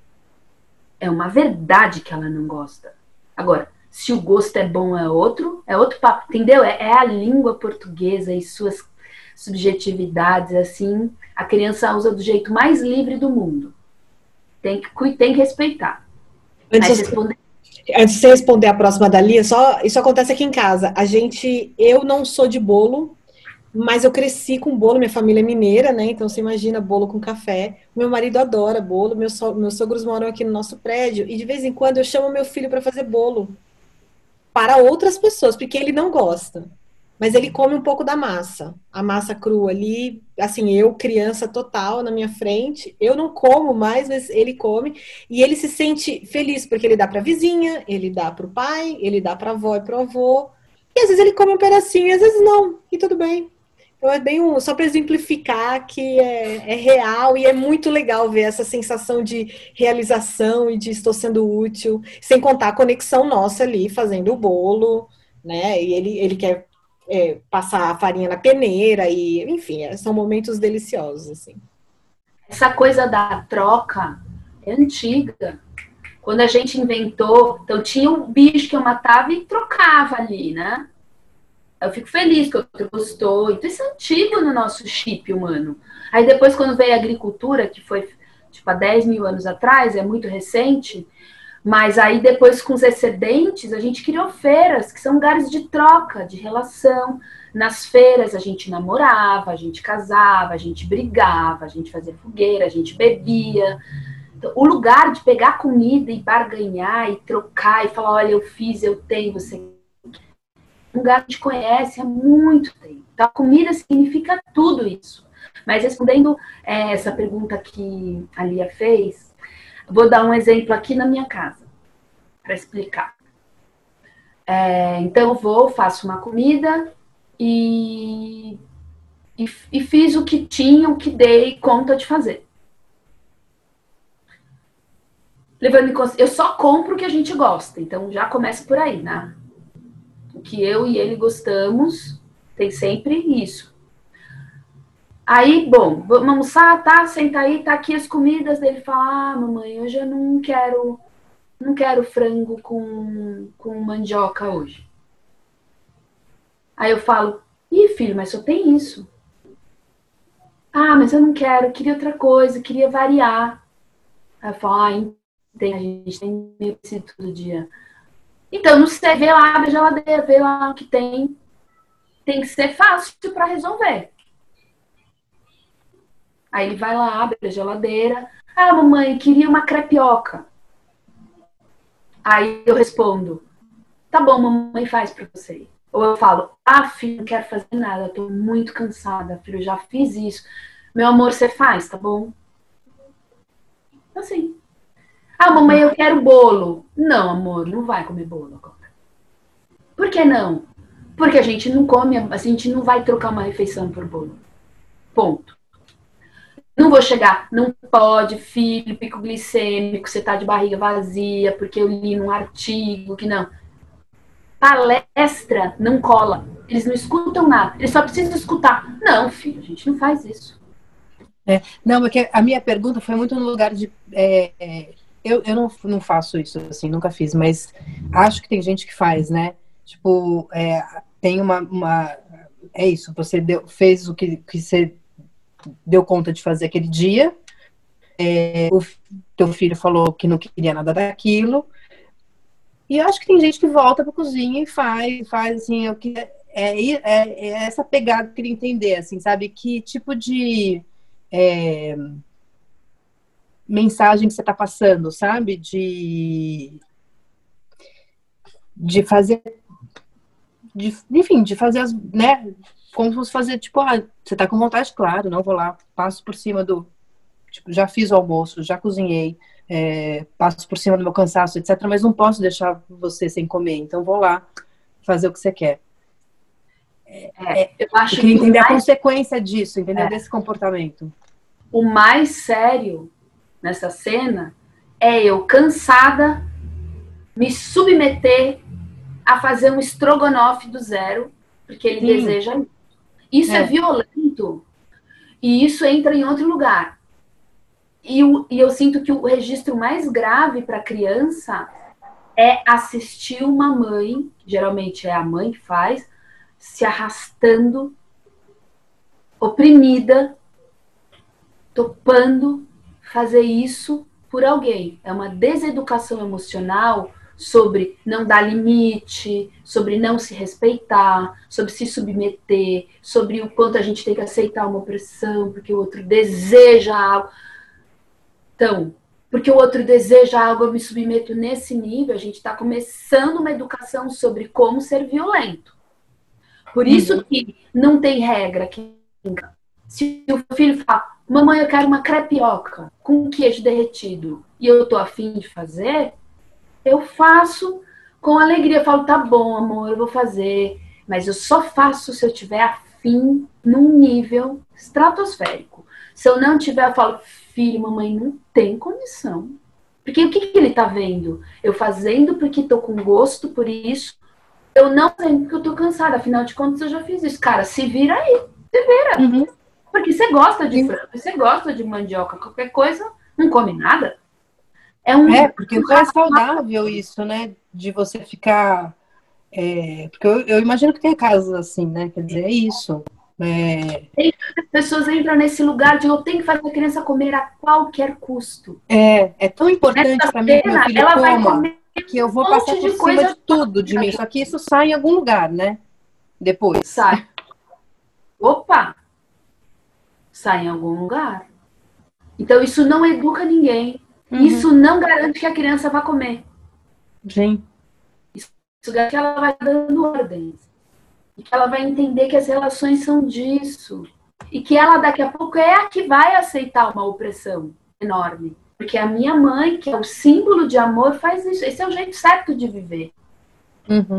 É uma verdade que ela não gosta. Agora, se o gosto é bom é outro papo, entendeu? É a língua portuguesa e suas subjetividades, assim, a criança usa do jeito mais livre do mundo. Tem que respeitar. Antes de você responder a próxima da Lia, isso acontece aqui em casa. Eu não sou de bolo, mas eu cresci com bolo, minha família é mineira, né? Então você imagina bolo com café. Meu marido adora bolo, meus sogros moram aqui no nosso prédio e de vez em quando eu chamo meu filho para fazer bolo para outras pessoas, porque ele não gosta. Mas ele come um pouco da massa, a massa crua ali, assim, eu, criança total, na minha frente, eu não como mais, mas ele come, e ele se sente feliz, porque ele dá para a vizinha, ele dá para o pai, ele dá para a avó e para o avô, e às vezes ele come um pedacinho, e às vezes não, e tudo bem. Então é bem só para exemplificar que é real, e é muito legal ver essa sensação de realização e de estou sendo útil, sem contar a conexão nossa ali, fazendo o bolo, né, e ele quer passar a farinha na peneira e, enfim, são momentos deliciosos, assim. Essa coisa da troca é antiga. Quando a gente inventou, então tinha um bicho que eu matava e trocava ali, né? Eu fico feliz que o outro gostou. Então isso é antigo no nosso chip humano. Aí depois, quando veio a agricultura, que foi tipo há 10 mil anos atrás, é muito recente, mas aí depois com os excedentes, a gente criou feiras, que são lugares de troca, de relação. Nas feiras a gente namorava, a gente casava, a gente brigava, a gente fazia fogueira, a gente bebia. Então, o lugar de pegar comida e barganhar e trocar e falar, olha, eu fiz, eu tenho, você... Um lugar que a gente conhece há muito tempo. Então, a comida significa tudo isso. Mas respondendo essa pergunta que a Lia fez, vou dar um exemplo aqui na minha casa, para explicar. Então, eu faço uma comida e fiz o que tinha, o que dei conta de fazer. Levando em consideração, eu só compro o que a gente gosta, então já começa por aí, né? O que eu e ele gostamos, tem sempre isso. Aí, bom, vamos almoçar, tá? Senta aí, tá aqui as comidas. Daí ele fala, mamãe, hoje eu não quero frango com mandioca hoje. Aí eu falo, filho, mas só tem isso. Mas eu não quero, queria outra coisa, queria variar. Aí eu falo, a gente tem meio que todo dia. Então, não sei, vê lá, abre a geladeira, vê lá o que tem. Tem que ser fácil para resolver. Aí ele vai lá, abre a geladeira. Mamãe, queria uma crepioca. Aí eu respondo, tá bom, mamãe faz para você. Ou eu falo, filho, não quero fazer nada, tô muito cansada, filho, já fiz isso. Meu amor, você faz, tá bom? Assim. Mamãe, eu quero bolo. Não, amor, não vai comer bolo agora. Por que não? Porque a gente não come, a gente não vai trocar uma refeição por bolo. Ponto. Não vou chegar, não pode, filho, pico glicêmico, você tá de barriga vazia, porque eu li num artigo que não. Palestra não cola. Eles não escutam nada. Eles só precisam escutar. Não, filho, a gente não faz isso. Não, porque a minha pergunta foi muito no lugar de... eu não faço isso, assim, nunca fiz, mas acho que tem gente que faz, né? Tipo, tem uma... É isso, você fez o que você deu conta de fazer aquele dia, o teu filho falou que não queria nada daquilo, e eu acho que tem gente que volta pra cozinha e faz assim, essa pegada que eu queria entender, assim, sabe? Que tipo de mensagem que você tá passando, sabe? De fazer, enfim, de fazer as, né? Como se fosse fazer, tipo, você tá com vontade, claro, não vou lá, passo por cima do... Tipo, já fiz o almoço, já cozinhei, passo por cima do meu cansaço, etc. Mas não posso deixar você sem comer, então vou lá fazer o que você quer. Eu acho eu queria que entender a consequência disso, entendeu? Desse comportamento. O mais sério nessa cena é eu, cansada, me submeter a fazer um estrogonofe do zero, porque ele deseja. Isso é violento. E isso entra em outro lugar. E eu sinto que o registro mais grave para a criança é assistir uma mãe, geralmente é a mãe que faz, se arrastando, oprimida, topando fazer isso por alguém. É uma deseducação emocional sobre não dar limite, sobre não se respeitar, sobre se submeter, sobre o quanto a gente tem que aceitar uma opressão, porque o outro deseja algo. Então, porque o outro deseja algo, eu me submeto nesse nível, a gente está começando uma educação sobre como ser violento. Por isso que não tem regra. Se o filho fala, mamãe, eu quero uma crepioca com queijo derretido, e eu tô afim de fazer, eu faço com alegria. Eu falo, tá bom, amor, eu vou fazer, mas eu só faço se eu tiver afim num nível estratosférico. Se eu não tiver, eu falo, filho, mamãe não tem condição. Porque o que ele tá vendo? Eu fazendo porque tô com gosto por isso, eu não fazendo porque eu tô cansada, afinal de contas eu já fiz isso. Cara, se vira aí, se vira. Porque você gosta de frango, você gosta de mandioca, qualquer coisa, não come nada. Porque não é saudável isso, né? De você ficar... porque eu imagino que tem casos assim, né? Quer dizer, é isso. As pessoas entram nesse lugar de eu tenho que fazer a criança comer a qualquer custo. É tão importante para mim que meu filho coma, que eu vou passar por cima de tudo de mim. Só que isso sai em algum lugar, né? Depois. Sai. Opa! Sai em algum lugar. Então isso não educa ninguém. Isso não garante que a criança vá comer. Sim. Isso garante que ela vai dando ordens. E que ela vai entender que as relações são disso. E que ela daqui a pouco é a que vai aceitar uma opressão enorme. Porque a minha mãe, que é o símbolo de amor, faz isso. Esse é o jeito certo de viver. Uhum.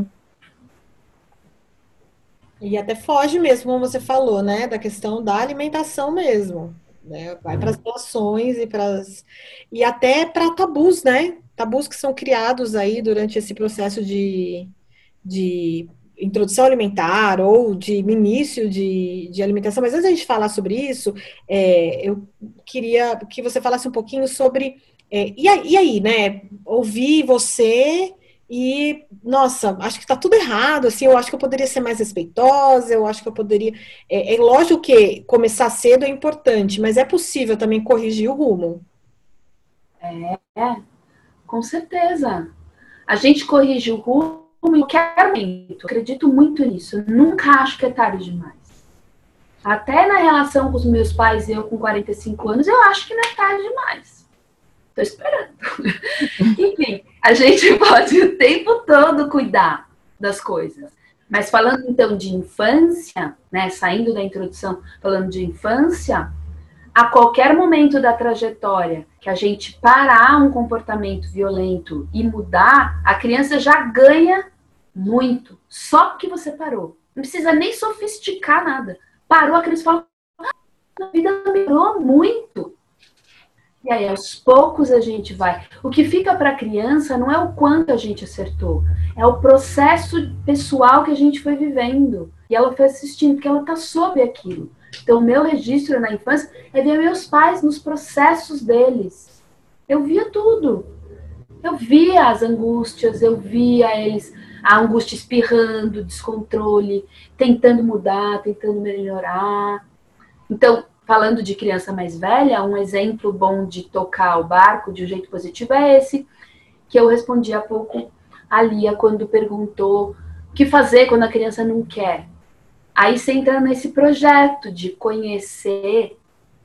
E até foge mesmo, como você falou, né, da questão da alimentação mesmo, né? Vai para as doações e até para tabus, né? Tabus que são criados aí durante esse processo de introdução alimentar ou de início de alimentação. Mas antes da gente falar sobre isso, eu queria que você falasse um pouquinho sobre e aí, né? Ouvir você e, nossa, acho que está tudo errado, assim, eu acho que eu poderia ser mais respeitosa, eu acho que eu poderia... É lógico que começar cedo é importante, mas é possível também corrigir o rumo. Com certeza. A gente corrige o rumo em qualquer momento. Acredito muito nisso. Nunca acho que é tarde demais. Até na relação com os meus pais, eu com 45 anos, eu acho que não é tarde demais. Tô esperando. Enfim, a gente pode o tempo todo cuidar das coisas. Mas falando então de infância, né, saindo da introdução, falando de infância, a qualquer momento da trajetória que a gente parar um comportamento violento e mudar, a criança já ganha muito. Só porque você parou. Não precisa nem sofisticar nada. Parou, a criança fala, a vida melhorou muito. E aí, aos poucos, a gente vai. O que fica para a criança não é o quanto a gente acertou, é o processo pessoal que a gente foi vivendo. E ela foi assistindo, porque ela está sob aquilo. Então, o meu registro na infância é ver meus pais nos processos deles. Eu via tudo. Eu via as angústias, eu via eles, a angústia espirrando, descontrole, tentando mudar, tentando melhorar. Então, falando de criança mais velha, um exemplo bom de tocar o barco de um jeito positivo é esse, que eu respondi há pouco a Lia quando perguntou o que fazer quando a criança não quer. Aí você entra nesse projeto de conhecer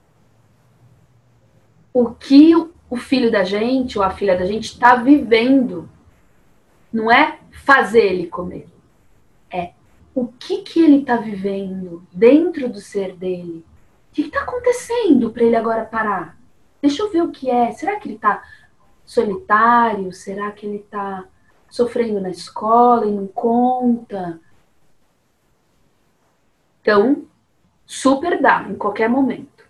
o que o filho da gente ou a filha da gente está vivendo. Não é fazer ele comer. É o que ele está vivendo dentro do ser dele. O que está acontecendo para ele agora parar? Deixa eu ver o que é. Será que ele está solitário? Será que ele está sofrendo na escola e não conta? Então, super dá, em qualquer momento.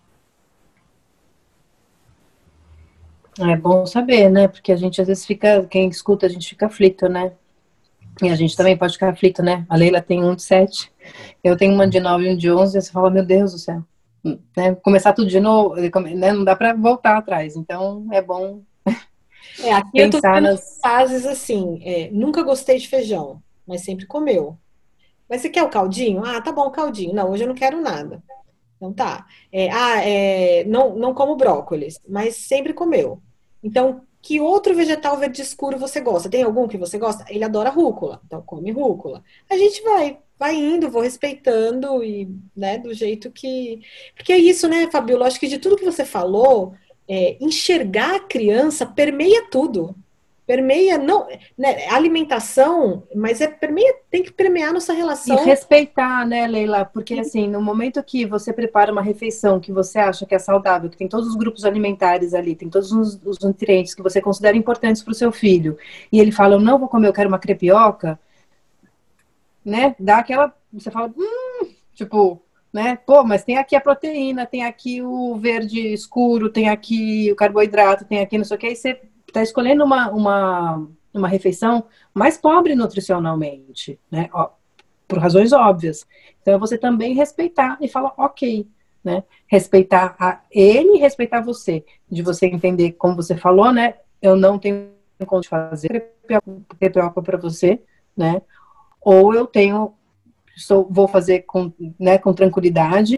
É bom saber, né? Porque a gente às vezes fica, quem escuta, a gente fica aflito, né? E a gente também pode ficar aflito, né? A Leila tem um de 7, eu tenho uma de 9 e um de 11, e você fala, meu Deus do céu. Né? Começar tudo de novo, né? Não dá para voltar atrás, então é bom Aqui eu tô pensar vendo nas... fases assim, nunca gostei de feijão, mas sempre comeu. Mas você quer o caldinho? Ah, tá bom, o caldinho. Não, hoje eu não quero nada. Então tá. Não como brócolis, mas sempre comeu. Então, que outro vegetal verde escuro você gosta? Tem algum que você gosta? Ele adora rúcula, então come rúcula. A gente vai indo, vou respeitando e, né, do jeito que... Porque é isso, né, Fabiola? Acho que de tudo que você falou, enxergar a criança permeia tudo. Permeia, não, né, alimentação, mas tem que permear nossa E relação. respeitar, né, Leila? Porque, assim, no momento que você prepara uma refeição que você acha que é saudável, que tem todos os grupos alimentares ali, tem todos os nutrientes que você considera importantes para o seu filho, e ele fala, eu não vou comer, eu quero uma crepioca, né? Dá aquela... Você fala, tipo... Né? Pô, mas tem aqui a proteína, tem aqui o verde escuro, tem aqui o carboidrato, tem aqui não sei o que, aí você está escolhendo uma refeição mais pobre nutricionalmente, né? Ó, por razões óbvias. Então, é você também respeitar e falar, ok, né? Respeitar ele e respeitar você. De você entender, como você falou, né? Eu não tenho como fazer crepioca para você, né? Ou eu tenho... vou fazer com tranquilidade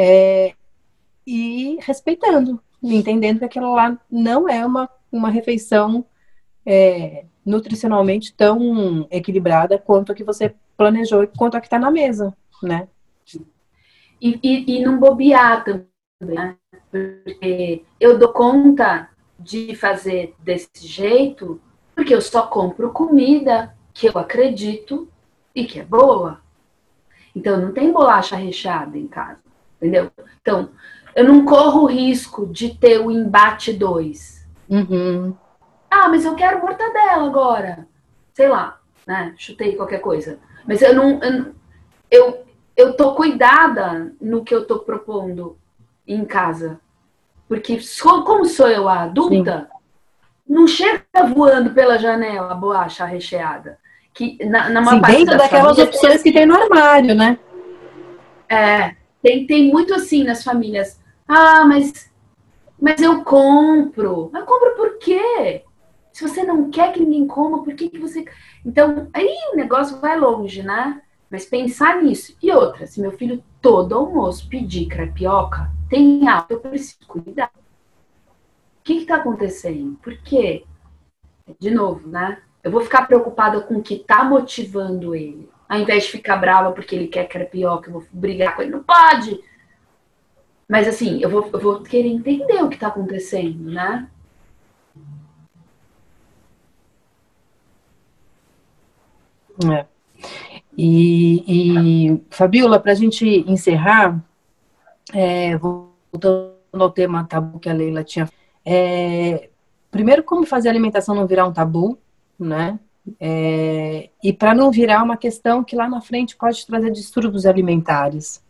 e respeitando, entendendo que aquilo lá não é uma refeição nutricionalmente tão equilibrada quanto a que você planejou e quanto a que está na mesa, né? E não bobear também, né? Porque eu dou conta de fazer desse jeito porque eu só compro comida que eu acredito e que é boa. Então, não tem bolacha recheada em casa. entendeu? Então, eu não corro o risco de ter o embate 2. Uhum. Ah, mas eu quero mortadela agora. Sei lá, né? Chutei qualquer coisa. Mas eu não... Eu tô cuidada no que eu tô propondo em casa. Porque como sou eu a adulta, não chega voando pela janela a bolacha recheada. Que na maior parte Dentro das daquelas famílias opções que tem no armário, né? tem muito assim nas famílias. Ah, mas eu compro. Mas compro por quê? Se você não quer que ninguém coma, por que você... Então, aí o negócio vai longe, né? Mas pensar nisso. E outra, se meu filho todo almoço pedir crepioca, tem algo que eu preciso cuidar. O que está acontecendo? Por quê? De novo, né? Eu vou ficar preocupada com o que está motivando ele. Ao invés de ficar brava porque ele quer crepioca, eu vou brigar com ele. Não pode! Mas assim, eu vou querer entender o que está acontecendo, né? É. Fabiola, para a gente encerrar, voltando ao tema tabu que a Leila tinha. Primeiro, como fazer a alimentação não virar um tabu, né? E para não virar uma questão que lá na frente pode trazer distúrbios alimentares.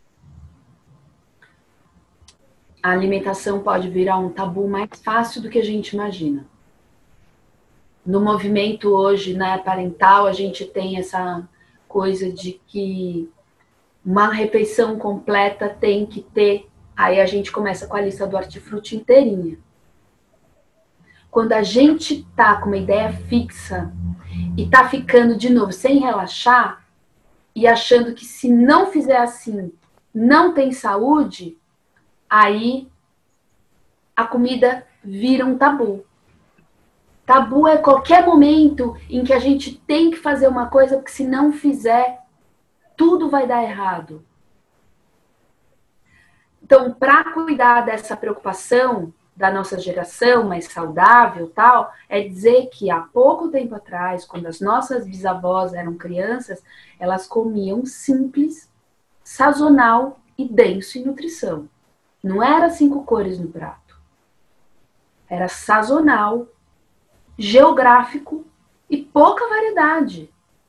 A alimentação pode virar um tabu mais fácil do que a gente imagina. No movimento hoje, né, parental, a gente tem essa coisa de que uma refeição completa tem que ter. Aí a gente começa com a lista do hortifruti inteirinha. Quando a gente tá com uma ideia fixa e tá ficando de novo sem relaxar e achando que se não fizer assim não tem saúde, aí a comida vira um tabu. Tabu é qualquer momento em que a gente tem que fazer uma coisa, porque se não fizer, tudo vai dar errado. Então, para cuidar dessa preocupação da nossa geração mais saudável, tal, é dizer que há pouco tempo atrás, quando as nossas bisavós eram crianças, elas comiam simples, sazonal e denso em nutrição. Não era 5 cores no prato. Era sazonal, geográfico e pouca variedade.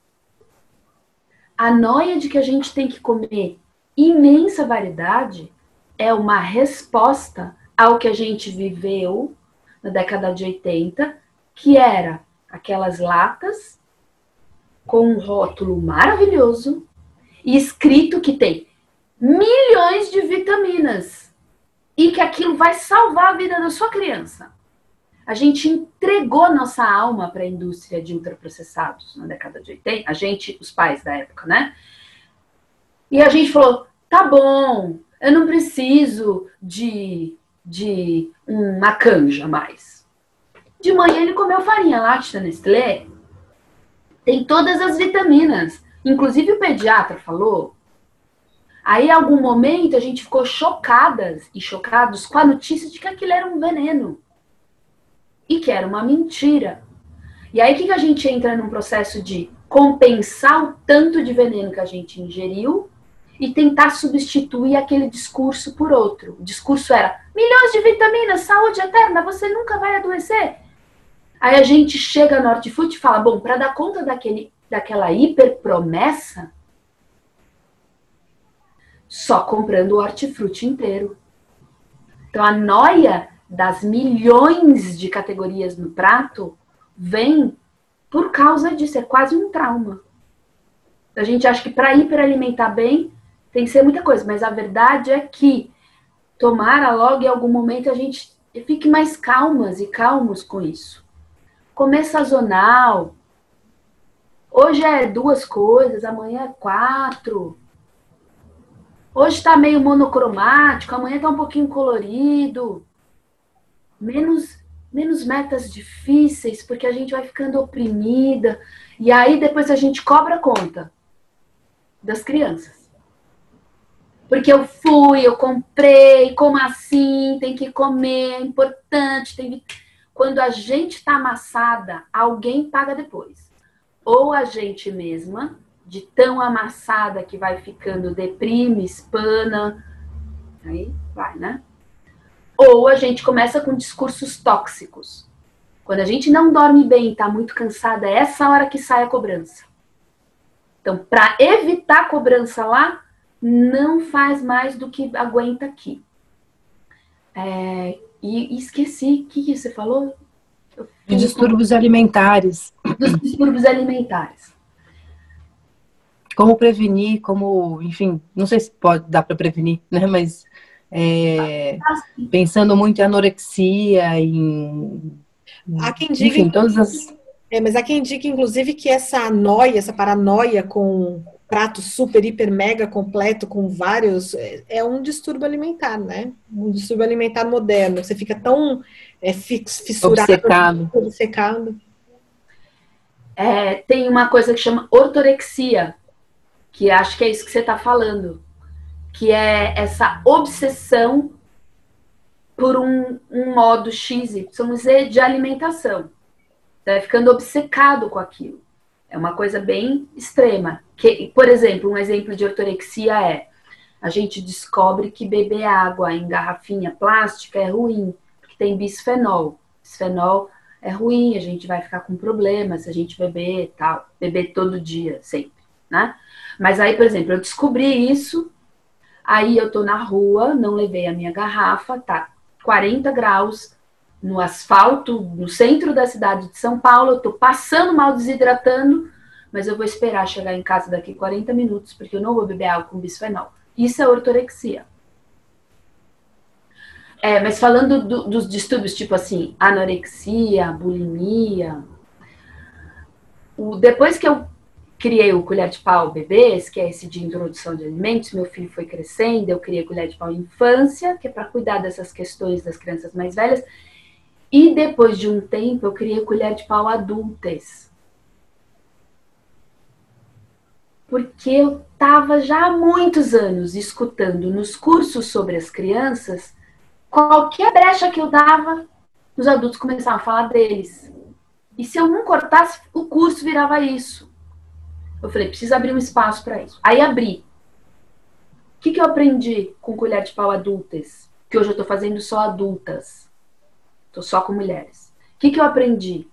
A noia de que a gente tem que comer imensa variedade é uma resposta ao que a gente viveu na década de 80, que era aquelas latas com um rótulo maravilhoso e escrito que tem milhões de vitaminas e que aquilo vai salvar a vida da sua criança. A gente entregou nossa alma para a indústria de ultraprocessados na década de 80, a gente, os pais da época, né? E a gente falou, tá bom, eu não preciso de uma canja mais. De manhã ele comeu farinha láctea Nestlé, tem todas as vitaminas, inclusive o pediatra falou. Aí, em algum momento, a gente ficou chocadas e chocados com a notícia de que aquilo era um veneno. E que era uma mentira. E aí, o que a gente entra num processo de compensar o tanto de veneno que a gente ingeriu e tentar substituir aquele discurso por outro. O discurso era, milhões de vitaminas, saúde eterna, você nunca vai adoecer. Aí a gente chega no hortifruti e fala, bom, para dar conta daquela hiperpromessa, só comprando o hortifruti inteiro. Então a noia das milhões de categorias no prato vem por causa disso, é quase um trauma. A gente acha que para hiperalimentar bem tem que ser muita coisa, mas a verdade é que tomara logo em algum momento a gente fique mais calmas e calmos com isso. Comer sazonal. Hoje é 2 coisas, amanhã é 4. Hoje está meio monocromático, amanhã está um pouquinho colorido. Menos metas difíceis, porque a gente vai ficando oprimida. E aí depois a gente cobra a conta das crianças. Porque eu comprei, como assim? Tem que comer, é importante. Quando a gente está amassada, alguém paga depois. Ou a gente mesma, de tão amassada que vai ficando, deprime, espana. Aí vai, né? Ou a gente começa com discursos tóxicos. Quando a gente não dorme bem e está muito cansada, é essa hora que sai a cobrança. Então, para evitar a cobrança lá, não faz mais do que aguenta aqui. E esqueci, o que você falou? De distúrbios alimentares. Dos distúrbios alimentares. Como prevenir, enfim, não sei se dá para prevenir, né? Mas pensando muito em anorexia, Há quem diga, enfim, todas as... mas há quem diga, inclusive, que essa paranoia com prato super, hiper, mega completo, com vários, é um distúrbio alimentar, né? Um distúrbio alimentar moderno. Você fica tão fissurado, obcecado. Tem uma coisa que chama ortorexia, que acho que é isso que você está falando, que é essa obsessão por um modo X, Y, Z de alimentação. Você vai ficando obcecado com aquilo. É uma coisa bem extrema. Por exemplo, um exemplo de ortorexia a gente descobre que beber água em garrafinha plástica é ruim, porque tem bisfenol. Bisfenol é ruim, a gente vai ficar com problemas se a gente beber tal, beber todo dia, sempre, né? Mas aí, por exemplo, eu descobri isso, aí eu tô na rua, não levei a minha garrafa, tá 40 graus no asfalto, no centro da cidade de São Paulo, eu tô passando mal, desidratando, mas eu vou esperar chegar em casa daqui 40 minutos, porque eu não vou beber água com bisfenol. Isso é ortorexia. Mas falando dos distúrbios, tipo assim, anorexia, bulimia, depois que eu criei o Colher de Pau Bebês, que é esse de introdução de alimentos, meu filho foi crescendo, eu criei o Colher de Pau Infância, que é para cuidar dessas questões das crianças mais velhas, e depois de um tempo eu criei o Colher de Pau Adultas. Porque eu estava já há muitos anos escutando nos cursos sobre as crianças, qualquer brecha que eu dava, os adultos começavam a falar deles. E se eu não cortasse, o curso virava isso. Eu falei, preciso abrir um espaço para isso. Aí abri. O que eu aprendi com Colher de Pau Adultas? Que hoje eu estou fazendo só adultas. Estou só com mulheres. O que eu aprendi?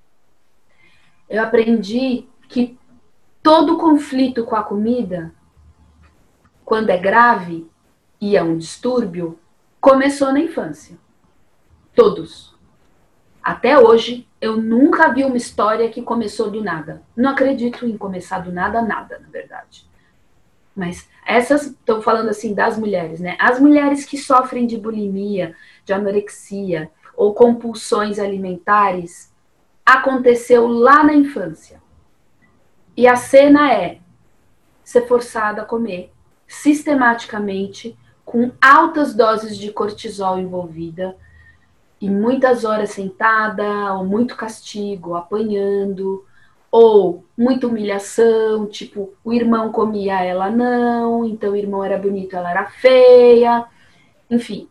Eu aprendi que todo conflito com a comida, quando é grave e é um distúrbio, começou na infância. Todos. Até hoje, eu nunca vi uma história que começou do nada. Não acredito em começar do nada, nada, na verdade. Mas essas, estou falando assim das mulheres, né? As mulheres que sofrem de bulimia, de anorexia ou compulsões alimentares, aconteceu lá na infância. E a cena é ser forçada a comer sistematicamente, com altas doses de cortisol envolvida, e muitas horas sentada, ou muito castigo, apanhando, ou muita humilhação, tipo, o irmão comia, ela não, então o irmão era bonito, ela era feia, enfim.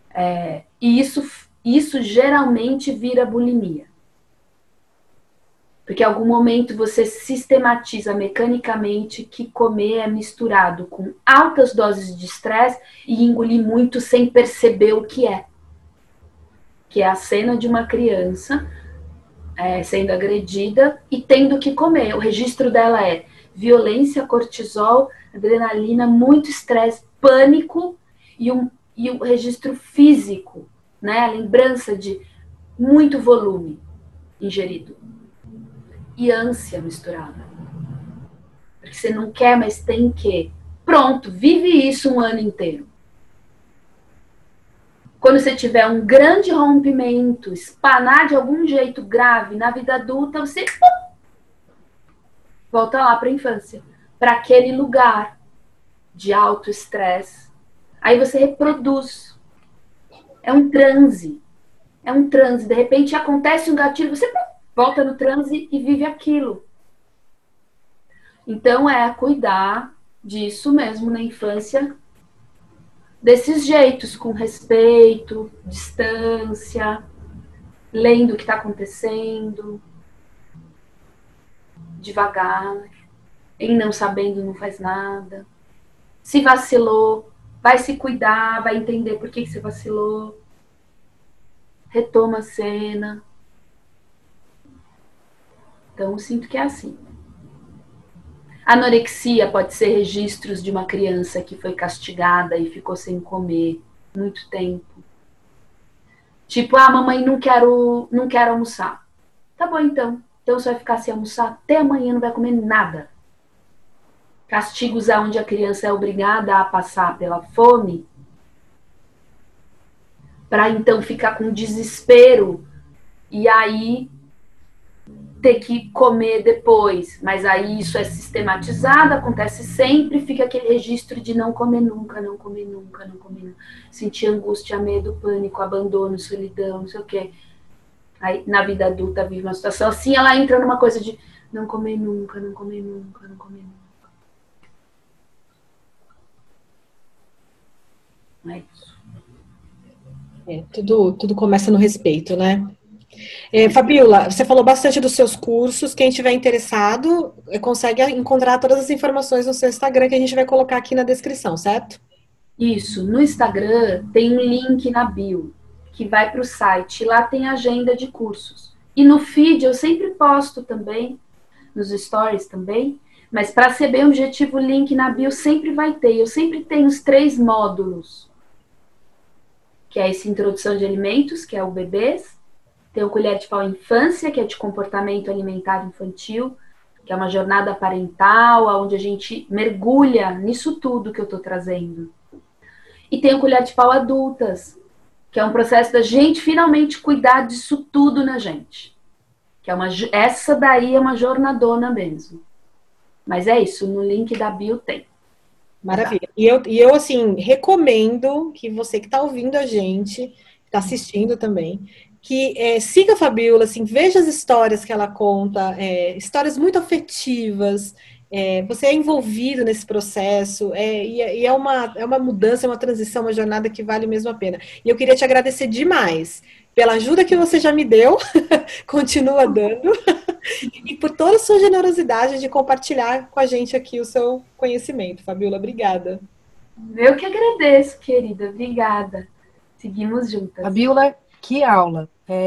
E isso geralmente vira bulimia. Porque em algum momento você sistematiza mecanicamente que comer é misturado com altas doses de estresse e engolir muito sem perceber o que é. Que é a cena de uma criança sendo agredida e tendo que comer. O registro dela é violência, cortisol, adrenalina, muito estresse, pânico e o registro físico, né? A lembrança de muito volume ingerido. E ânsia misturada. Porque você não quer, mas tem que. Pronto, vive isso um ano inteiro. Quando você tiver um grande rompimento, espanar de algum jeito grave na vida adulta, você volta lá para a infância, para aquele lugar de alto estresse. Aí você reproduz. É um transe. É um transe. De repente acontece um gatilho, você volta no transe e vive aquilo. Então cuidar disso mesmo na infância, desses jeitos, com respeito, distância, lendo o que está acontecendo, devagar, em não sabendo não faz nada. Se vacilou, vai se cuidar, vai entender por que você vacilou, retoma a cena. Então, eu sinto que é assim. Anorexia pode ser registros de uma criança que foi castigada e ficou sem comer muito tempo. Tipo, mamãe, não quero almoçar. Tá bom, então. Então você vai ficar sem almoçar até amanhã, não vai comer nada. Castigos onde a criança é obrigada a passar pela fome, para então ficar com desespero e aí ter que comer depois. Mas aí isso é sistematizado, acontece sempre, fica aquele registro de não comer nunca, não comer nunca, não comer nunca. Sentir angústia, medo, pânico, abandono, solidão, não sei o quê. Aí na vida adulta vive uma situação assim, ela entra numa coisa de não comer nunca, não comer nunca, não comer nunca. Não é isso. Tudo começa no respeito, né? Fabiola, você falou bastante dos seus cursos. Quem estiver interessado consegue encontrar todas as informações no seu Instagram, que a gente vai colocar aqui na descrição, certo? Isso. No Instagram tem um link na bio que vai para o site. Lá tem a agenda de cursos. E no feed eu sempre posto também, nos stories também. Mas para ser bem objetivo, o link na bio sempre vai ter. Eu sempre tenho os 3 módulos. Que é essa introdução de alimentos, que é o bebês. Tem o Colher de Pau Infância, que é de comportamento alimentar infantil, que é uma jornada parental, onde a gente mergulha nisso tudo que eu estou trazendo. E tem o Colher de Pau Adultas, que é um processo da gente finalmente cuidar disso tudo na gente. Que essa daí é uma jornadona mesmo. Mas é isso, no link da bio tem. Maravilha. E eu assim, recomendo que você que está ouvindo a gente, está assistindo também, que siga a Fabiola, assim, veja as histórias que ela conta, histórias muito afetivas, você é envolvido nesse processo, e é uma mudança, é uma transição, uma jornada que vale mesmo a pena. E eu queria te agradecer demais pela ajuda que você já me deu, continua dando, e por toda a sua generosidade de compartilhar com a gente aqui o seu conhecimento. Fabiola, obrigada. Eu que agradeço, querida. Obrigada. Seguimos juntas. Fabiola, que aula.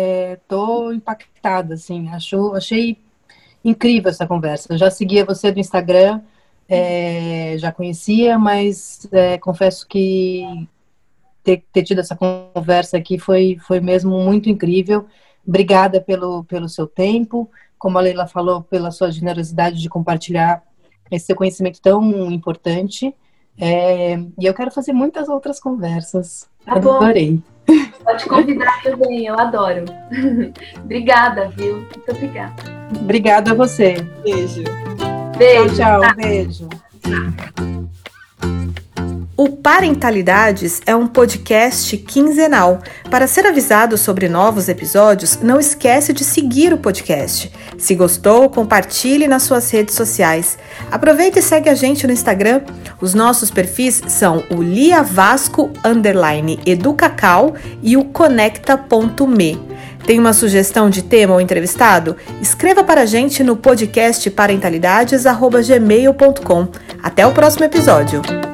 Tô impactada, assim. Achei incrível essa conversa. Eu já seguia você do Instagram, já conhecia, mas confesso que ter tido essa conversa aqui foi mesmo muito incrível. Obrigada pelo seu tempo, como a Leila falou, pela sua generosidade de compartilhar esse seu conhecimento tão importante. E eu quero fazer muitas outras conversas. Tá Adorei. Pode convidar também, eu adoro. Obrigada, viu? Muito obrigada. Obrigada a você. Beijo. Beijo. Tchau, beijo. O Parentalidades é um podcast quinzenal. Para ser avisado sobre novos episódios, não esquece de seguir o podcast. Se gostou, compartilhe nas suas redes sociais. Aproveita e segue a gente no Instagram. Os nossos perfis são o liavasco_educacau e o conecta.me. Tem uma sugestão de tema ou entrevistado? Escreva para a gente no podcast parentalidades@gmail.com. Até o próximo episódio.